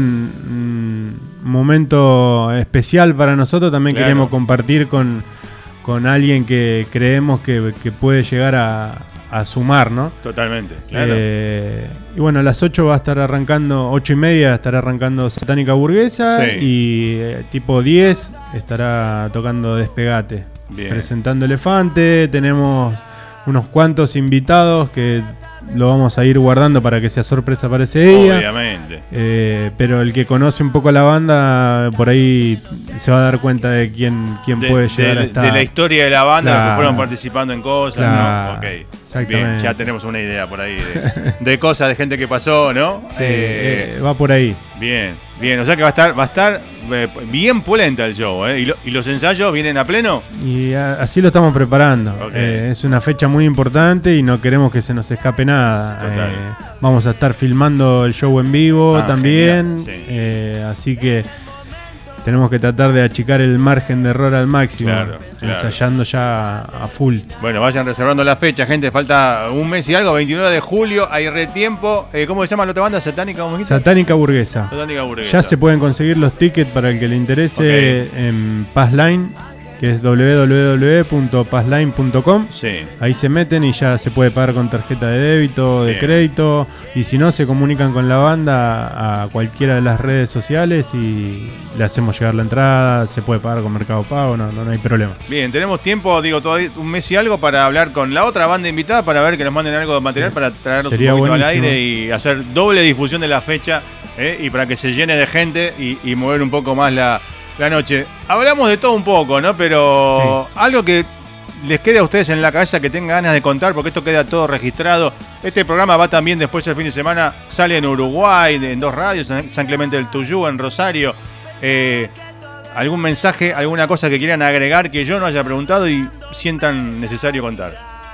un, un momento especial para nosotros, también Claro. queremos compartir con, con alguien que creemos que, que puede llegar a, a sumar, ¿no? Totalmente. Claro. Eh, y bueno, a las ocho va a estar arrancando, ocho y media estará arrancando Satánica Burguesa Sí. y eh, tipo diez estará tocando Despegate, Bien. presentando Elefante. Tenemos unos cuantos invitados que lo vamos a ir guardando para que sea sorpresa para ese día. Obviamente. Eh, pero el que conoce un poco la banda, por ahí se va a dar cuenta de quién, quién De, puede de- llegar a estar. de la historia de la banda, los que Claro. fueron participando en cosas, Claro. ¿no? Ok. Exactamente. Bien, ya tenemos una idea por ahí de, de cosas, de gente que pasó, ¿no? Sí, Eh, eh, va por ahí. Bien, bien. O sea que va a estar, va a estar eh, bien polenta el show, ¿eh? ¿Y, lo- y los ensayos vienen a pleno? Y a- así lo estamos preparando. Ok. Eh, es una fecha muy importante y no queremos que se nos escape nada. Total. Eh, vamos a estar filmando el show en vivo Ah, también. genial, sí. Eh, así que tenemos que tratar de achicar el margen de error al máximo. Claro, claro. Ensayando ya a full. Bueno, vayan reservando la fecha, gente. Falta un mes y algo, veintinueve de julio. Hay retiempo. Eh, ¿Cómo se llama la otra banda? ¿Satánica? ¿Cómo dijiste? Satánica Burguesa. Satánica Burguesa. Ya se pueden conseguir los tickets para el que le interese Ok. en Passline, que es w w w punto passline punto com. Sí. Ahí se meten y ya se puede pagar con tarjeta de débito, de Bien. crédito. Y si no, se comunican con la banda a cualquiera de las redes sociales y le hacemos llegar la entrada. Se puede pagar con Mercado Pago, no, no, no hay problema. Bien, tenemos tiempo, digo, todavía un mes y algo para hablar con la otra banda invitada para ver que nos manden algo de material Sí. para traernos Sería un poquito al buenísimo. aire y hacer doble difusión de la fecha eh, y para que se llene de gente y, y mover un poco más la, la noche. Hablamos de todo un poco, ¿no? Pero algo que les quede a ustedes en la cabeza que tengan ganas de contar, porque esto queda todo registrado. Este programa va también después del fin de semana, sale en Uruguay, en dos radios, en San Clemente del Tuyú, en Rosario. Eh, ¿Algún mensaje, alguna cosa que quieran agregar que yo no haya preguntado y sientan necesario contar?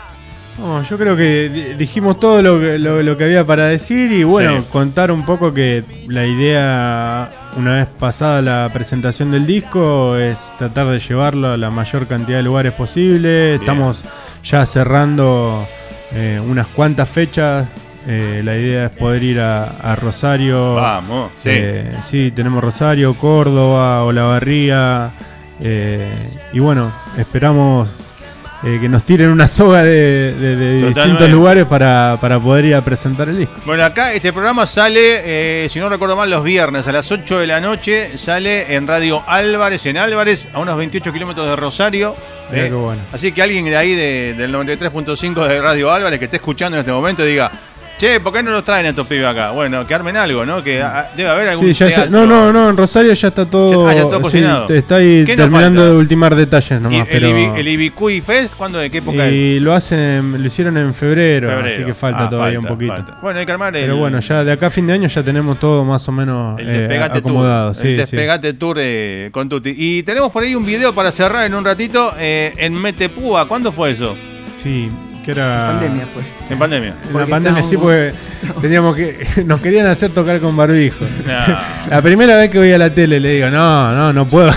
No, yo creo que di- dijimos todo lo que, lo, lo que había para decir y bueno, Sí. contar un poco que la idea, una vez pasada la presentación del disco, es tratar de llevarlo a la mayor cantidad de lugares posible. Bien. Estamos ya cerrando eh, unas cuantas fechas. Eh, la idea es poder ir a, a Rosario. Vamos, sí. Eh, sí, tenemos Rosario, Córdoba, Olavarría. Eh, y bueno, esperamos eh, que nos tiren una soga de, de- de Totalmente. distintos lugares para, para poder ir a presentar el disco. Bueno, acá este programa sale, eh, si no recuerdo mal, los viernes a las ocho de la noche. Sale en Radio Álvarez, en Álvarez, a unos veintiocho kilómetros de Rosario. Mirá eh. qué bueno. Así que alguien de ahí de- del noventa y tres punto cinco de Radio Álvarez que esté escuchando en este momento diga: che, ¿por qué no nos traen a estos pibes acá? Bueno, que armen algo, ¿no? Que ah, debe haber algún Sí, ya está- teatro. no, no, no, en Rosario ya está todo. Ya- ah, ya está sí, cocinado. te- está ahí ¿Qué nos terminando falta? de ultimar detalles ¿Y nomás. el, pero, Ibi- el Ibicuy Fest, ¿cuándo? ¿De qué época es? y lo hacen, lo hicieron en febrero, Febrero. así que falta Ah, todavía falta, un poquito. falta. Bueno, hay que armar el, Pero bueno, ya de acá a fin de año ya tenemos todo más o menos el eh, Despegate acomodado. Tour. Sí, el sí. Despegate Tour eh, con Tuti. Y tenemos por ahí un video para cerrar en un ratito eh, en Metepúa. ¿Cuándo fue eso? Sí, que era. Pandemia fue. En pandemia. En la Porque pandemia sí, estábamos- porque teníamos que. Nos querían hacer tocar con barbijo. No. La primera vez que voy a la tele le digo, no, no, no puedo.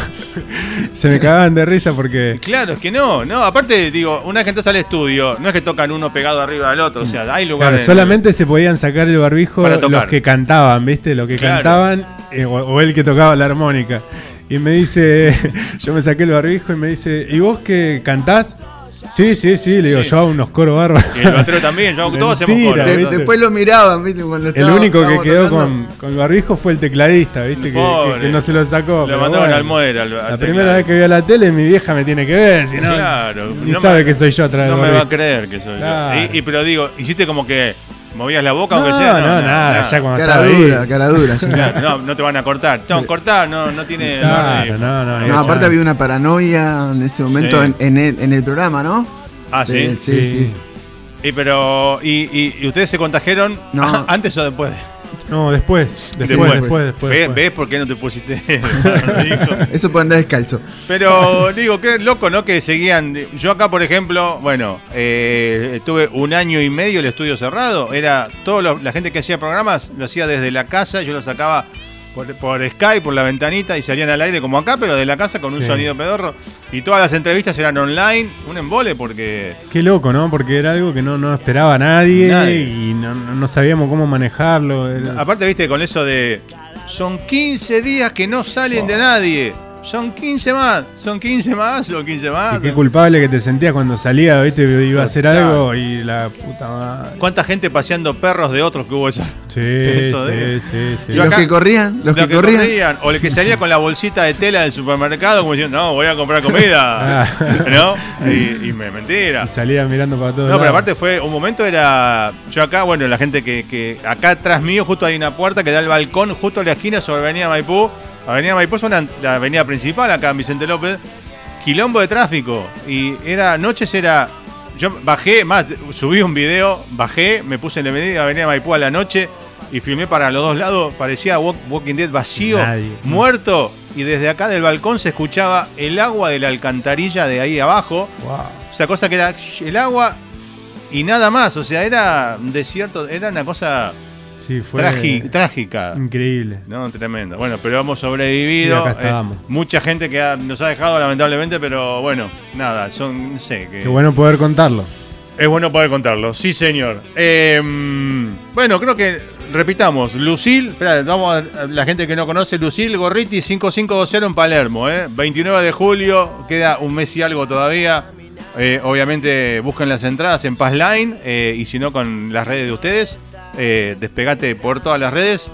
Se me cagaban de risa porque. Claro, es que no, no. Aparte, digo, una vez que entras al estudio, no es que tocan uno pegado arriba del otro. O sea, hay Claro, lugares. solamente se podían sacar el barbijo Para tocar. los que cantaban, ¿viste? Los que Claro. cantaban eh, o, o el que tocaba la armónica. Y me dice, yo me saqué el barbijo y me dice, ¿y vos que cantás? Sí, sí, sí, le digo, Sí. yo hago unos coros bárbaros. Y el batero también, yo, todos hacemos Mentira, coro. De- ¿viste? después lo miraban, ¿viste? Cuando El estaba- único que estábamos quedó tocando. con, con el barbijo fue el tecladista, ¿viste? Que, Pobre. que- que no se lo sacó. Lo pero mandaron bueno. al muere. Al, al La teclado. primera vez que vi a la tele, mi vieja me tiene que ver, si no, Claro. ni no sabe me- que soy yo atrás No del me va a barbijo. creer que soy Claro. yo. Y, y- pero digo, hiciste como que movías la boca, No, aunque sea. no, nada, ya cuando Cara estaba ahí. dura, cara dura. sí. Claro, no, no te van a cortar. No, cortar, no, no tiene. Claro, no, no, no, No, ya- aparte había una paranoia en ese momento Sí. en, en el, en el programa, ¿no? Ah, sí. De- sí, sí. Y pero. Y, y, y ustedes se contagiaron No. antes o después? No, después, después, Después. después, después. ¿Ves, después. ¿Ves por qué no te pusiste barbijo? Eso por andar descalzo. Pero digo, qué loco, ¿no? Que seguían. Yo acá, por ejemplo, bueno, eh, estuve un año y medio el estudio cerrado. Era toda la gente que hacía programas lo hacía desde la casa. Yo lo sacaba por, por Skype, por la ventanita y salían al aire como acá, pero de la casa con un Sí. sonido pedorro. Y todas las entrevistas eran online, un embole porque. Qué loco, ¿no? Porque era algo que no, no esperaba nadie, Nadie. y no, no- no sabíamos cómo manejarlo. era- Aparte, viste, con eso de. Son quince días que no salen de nadie. Son quince más. Son quince más. Son quince más. Y qué culpable que te sentías cuando salía, ¿viste? Iba a hacer Total. algo y la puta madre. ¿Cuánta gente paseando perros de otros que hubo esa? Sí, Eso de- sí, sí, sí. Yo los acá- que corrían, los, que, corrían. O el que salía con la bolsita de tela del supermercado como diciendo, no, voy a comprar comida. Ah. ¿No? Y, y me mentira. Y salía mirando para todos No, pero lados. aparte fue, un momento era, yo acá, bueno, la gente que, que acá atrás mío justo hay una puerta que da al balcón, justo a la esquina sobre Avenida Maipú. Avenida Maipú es una, la avenida principal acá en Vicente López. Quilombo de tráfico. Y era, noches era, yo bajé, más, subí un video, bajé, me puse en la avenida, avenida Maipú a la noche y filmé para los dos lados, parecía Walk- Walking Dead vacío, Nadie. muerto. Y desde acá del balcón se escuchaba el agua de la alcantarilla de ahí abajo. Wow. O sea, cosa que era el agua y nada más. O sea, era un desierto, era una cosa Sí, fue tragi- trágica. increíble. No, tremendo. Bueno, pero hemos sobrevivido. Sí, acá estábamos. Eh, mucha gente que ha- nos ha dejado lamentablemente, pero bueno, nada, son, no sé. Que Qué bueno poder contarlo. Es bueno poder contarlo, sí señor. Eh, bueno, creo que repitamos, Lucil, espera, vamos a la gente que no conoce, Lucil Gorriti cinco cinco dos cero en Palermo, eh, veintinueve de julio, queda un mes y algo todavía. Eh, obviamente busquen las entradas en Passline eh, y si no con las redes de ustedes, eh, despegate por todas las redes.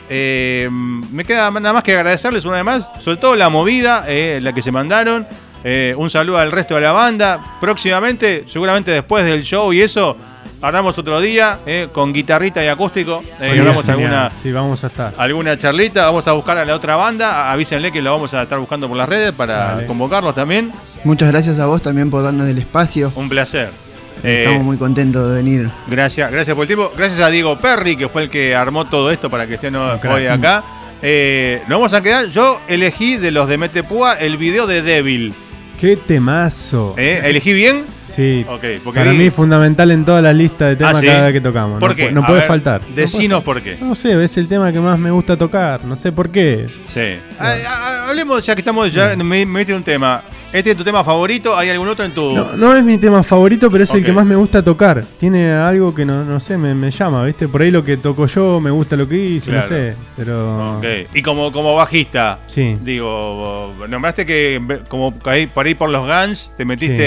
Eh, me queda nada más que agradecerles una vez más, sobre todo la movida, eh, la que se mandaron. Eh, un saludo al resto de la banda. Próximamente, seguramente después del show y eso, haremos otro día eh, con guitarrita y acústico. Eh, Sí, hagamos genial. alguna, Sí, vamos a estar. alguna charlita. Vamos a buscar a la otra banda. Avísenle que lo vamos a estar buscando por las redes para Dale. convocarlos también. Muchas gracias a vos también por darnos el espacio. Un placer. Eh, Estamos muy contentos de venir. Gracias, gracias por el tiempo. Gracias a Diego Perry, que fue el que armó todo esto para que estén hoy crack. acá. Eh, nos vamos a quedar. Yo elegí de los de Metepúa el video de Devil. ¡Qué temazo! ¿Eh? ¿Elegí bien? Sí, Ok, porque para vi- mí es fundamental en todas las listas de temas Ah, ¿sí? cada vez que tocamos. ¿Por no, qué? pu- no A puede ver, faltar. No puede Decinos faltar. por qué. No sé, es el tema que más me gusta tocar. No sé por qué. Sí. Ah, ah, hablemos, ya que estamos, ya me, me metí un tema. ¿Este es tu tema favorito? ¿Hay algún otro en tu...? No, no es mi tema favorito, pero es Ok. el que más me gusta tocar. Tiene algo que no, no sé, me, me llama, ¿viste? Por ahí lo que toco yo, me gusta lo que hice, Claro. no sé. Pero. Ok. Y como, como bajista, Sí. digo, nombraste que como ahí, por ahí por los Guns te metiste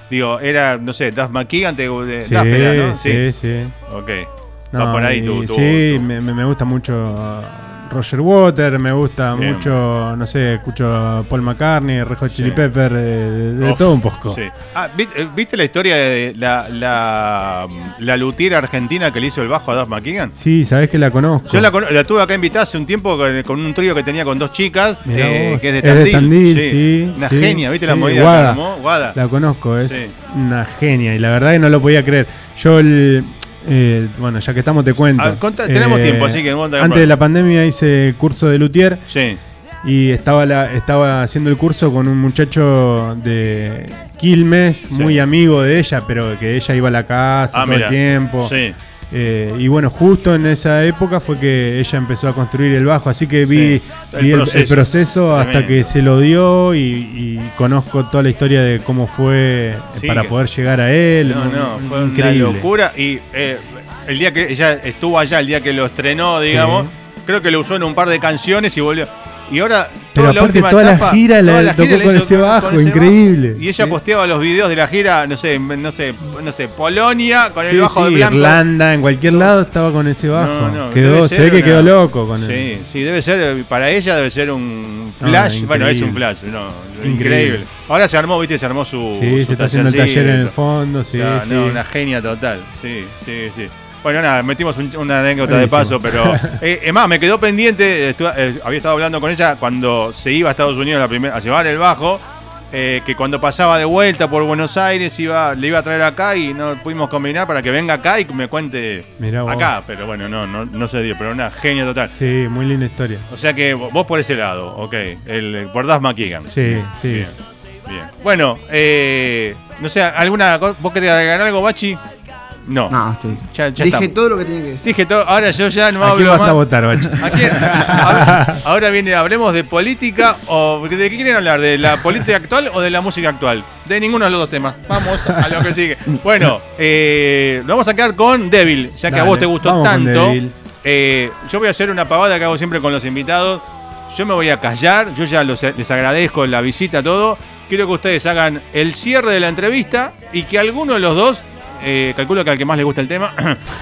Digo, era, no sé, Das McKagan, te, de, Sí, Duff era, ¿no? sí, sí. Ok. No, Va por ahí y tu, tu- sí, tu- Me, me gusta mucho Roger Waters, me gusta Bien. mucho, no sé, escucho a Paul McCartney, Red Hot Chili Sí. Pepper, de, de Uf, todo un poco. Sí. Ah, ¿vi- eh, ¿viste la historia de la, la, la luthier argentina que le hizo el bajo a Duff McKagan? Sí, sabés que la conozco. Yo la, cono- la tuve acá invitada hace un tiempo con, con un trío que tenía con dos chicas, Mirá eh, vos. que es de Es de Tandil. Tandil, sí, Una sí, genia, ¿viste sí, la movida Guada. que armó? Guada. La conozco, es Sí. una genia y la verdad que no lo podía creer. Yo, el, eh, bueno, ya que estamos te cuento. Ah, conta- tenemos tiempo, así que vos te- antes de la pandemia hice curso de luthier Sí. y estaba, la, estaba haciendo el curso con un muchacho de Quilmes, muy amigo de ella, pero que ella iba a la casa Ah, todo mira. el tiempo. Sí. Eh, y bueno, justo en esa época fue que ella empezó a construir el bajo, así que vi, Sí, el vi el, el proceso. proceso, hasta Tremendo. que se lo dio y, y conozco toda la historia de cómo fue Sí, para que- poder llegar a él. No, no, fue Increíble. una locura. Y eh, el día que ella estuvo allá, el día que lo estrenó, digamos, creo que lo usó en un par de canciones y volvió. Y ahora, Pero toda la aparte última toda la etapa, gira la toda la tocó gira la con hizo ese bajo, increíble. Y ella Sí. posteaba los videos de la gira, no sé, no sé, no sé, Polonia con Sí, el bajo sí, de blanco. Irlanda, en cualquier lado estaba con ese bajo. No, no, quedó, debe se ser ve que una- quedó loco con Sí, él. sí, debe ser, para ella debe ser un No, flash. bueno, es un increíble. flash, no, increíble. Increíble. Ahora se armó, viste, se armó su. Sí, su se está haciendo el taller en el tallercito. fondo, sí, Claro, sí. no, una genia total. Sí, sí, sí. Bueno, nada, metimos un- una anécdota Buenísimo. de paso, pero. Eh, es más, me quedó pendiente. estu- eh, había estado hablando con ella cuando se iba a Estados Unidos la primer- a llevar el bajo. eh, que cuando pasaba de vuelta por Buenos Aires iba, le iba a traer acá y no pudimos combinar para que venga acá y me cuente Mirá vos. acá. Pero bueno, no, no, no se dio, pero una genia total. Sí, muy linda historia. O sea que vos por ese lado, ok. El, por Das McKagan. Sí, sí. Bien, bien. Bueno, eh, no sé, ¿alguna co- ¿vos querés agregar algo, Bachi? No. No, estoy. Ya- ya Dije estamos. todo lo que tenía que decir. Dije todo, ahora yo ya no ¿A quién hablo vas más. a votar, Bachi? ¿A quién? Ahora, ahora viene, hablemos de política o ¿de qué quieren hablar? ¿De la política actual o de la música actual? De ninguno de los dos temas. Vamos a lo que sigue. Bueno, eh, nos vamos a quedar con Devil, ya que a Dale, vos te gustó vamos con tanto. Devil. Eh, yo voy a hacer una pavada que hago siempre con los invitados. Yo me voy a callar, yo ya los- les agradezco la visita, todo. Quiero que ustedes hagan el cierre de la entrevista y que alguno de los dos, eh, calculo que al que más le gusta el tema,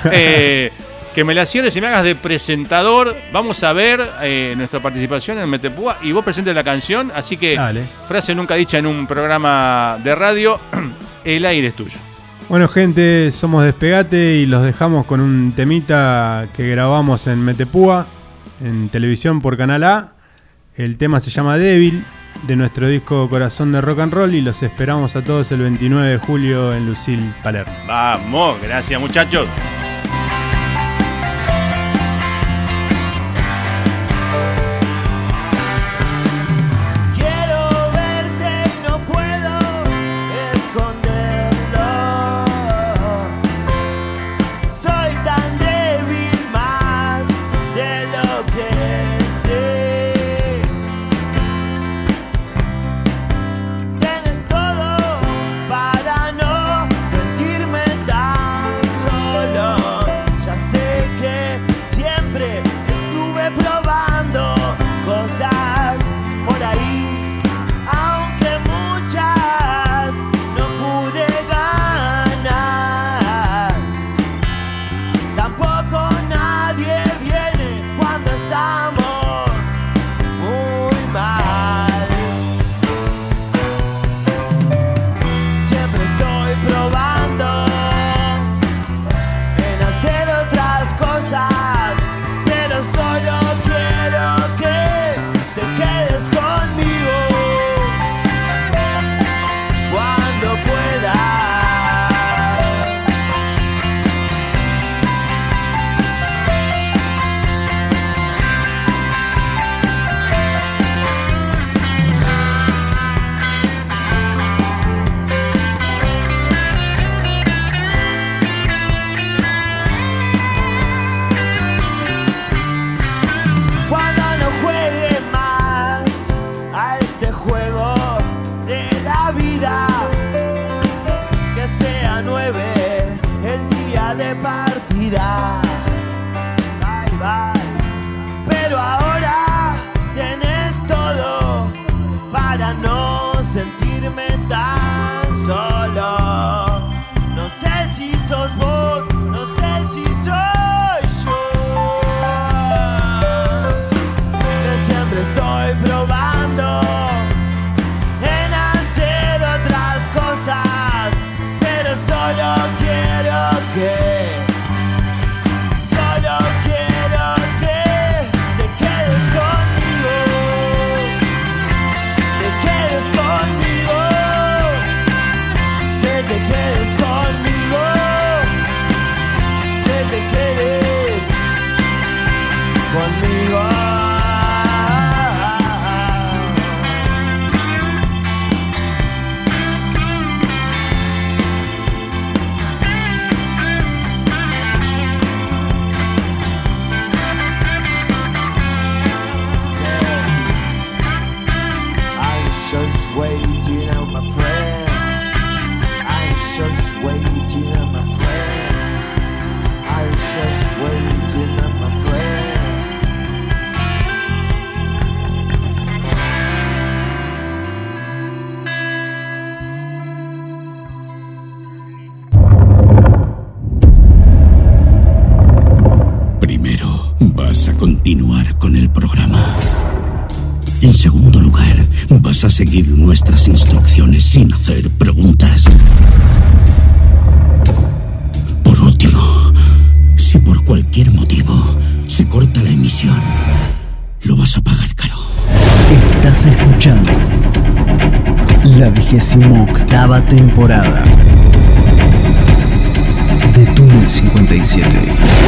eh, que me la cierres y me hagas de presentador. Vamos a ver eh, nuestra participación en Metepúa y vos presentes la canción. Así que, Dale. frase nunca dicha en un programa de radio, el aire es tuyo. Bueno, gente, somos Despegate y los dejamos con un temita que grabamos en Metepúa, en televisión por Canal A. El tema se llama Débil, de nuestro disco Corazón de Rock and Roll, y los esperamos a todos el veintinueve de julio en Lucil, Palermo. Vamos, gracias muchachos. Quiero verte y no puedo esconderlo. Soy tan débil más de lo que sé. Tienes todo para no sentirme tan solo. Ya sé que siempre estuve probando cosas por ahí, aunque muchas no pude ganar. Tampoco nadie viene cuando estamos muy mal. Siempre estoy probando en hacer otras cosas, pero solo quiero que te quedes conmigo cuando puedas. Cuando no juegue más a este juego de la vida, que sea nueve el día de partida. Bye bye. Pero ahora tenés todo para no sentirme tan solo. vas a continuar con el programa. En segundo lugar, vas a seguir nuestras instrucciones sin hacer preguntas. Por último, si por cualquier motivo se corta la emisión, lo vas a pagar caro. Estás escuchando la vigésima octava temporada de Túnel cincuenta y siete.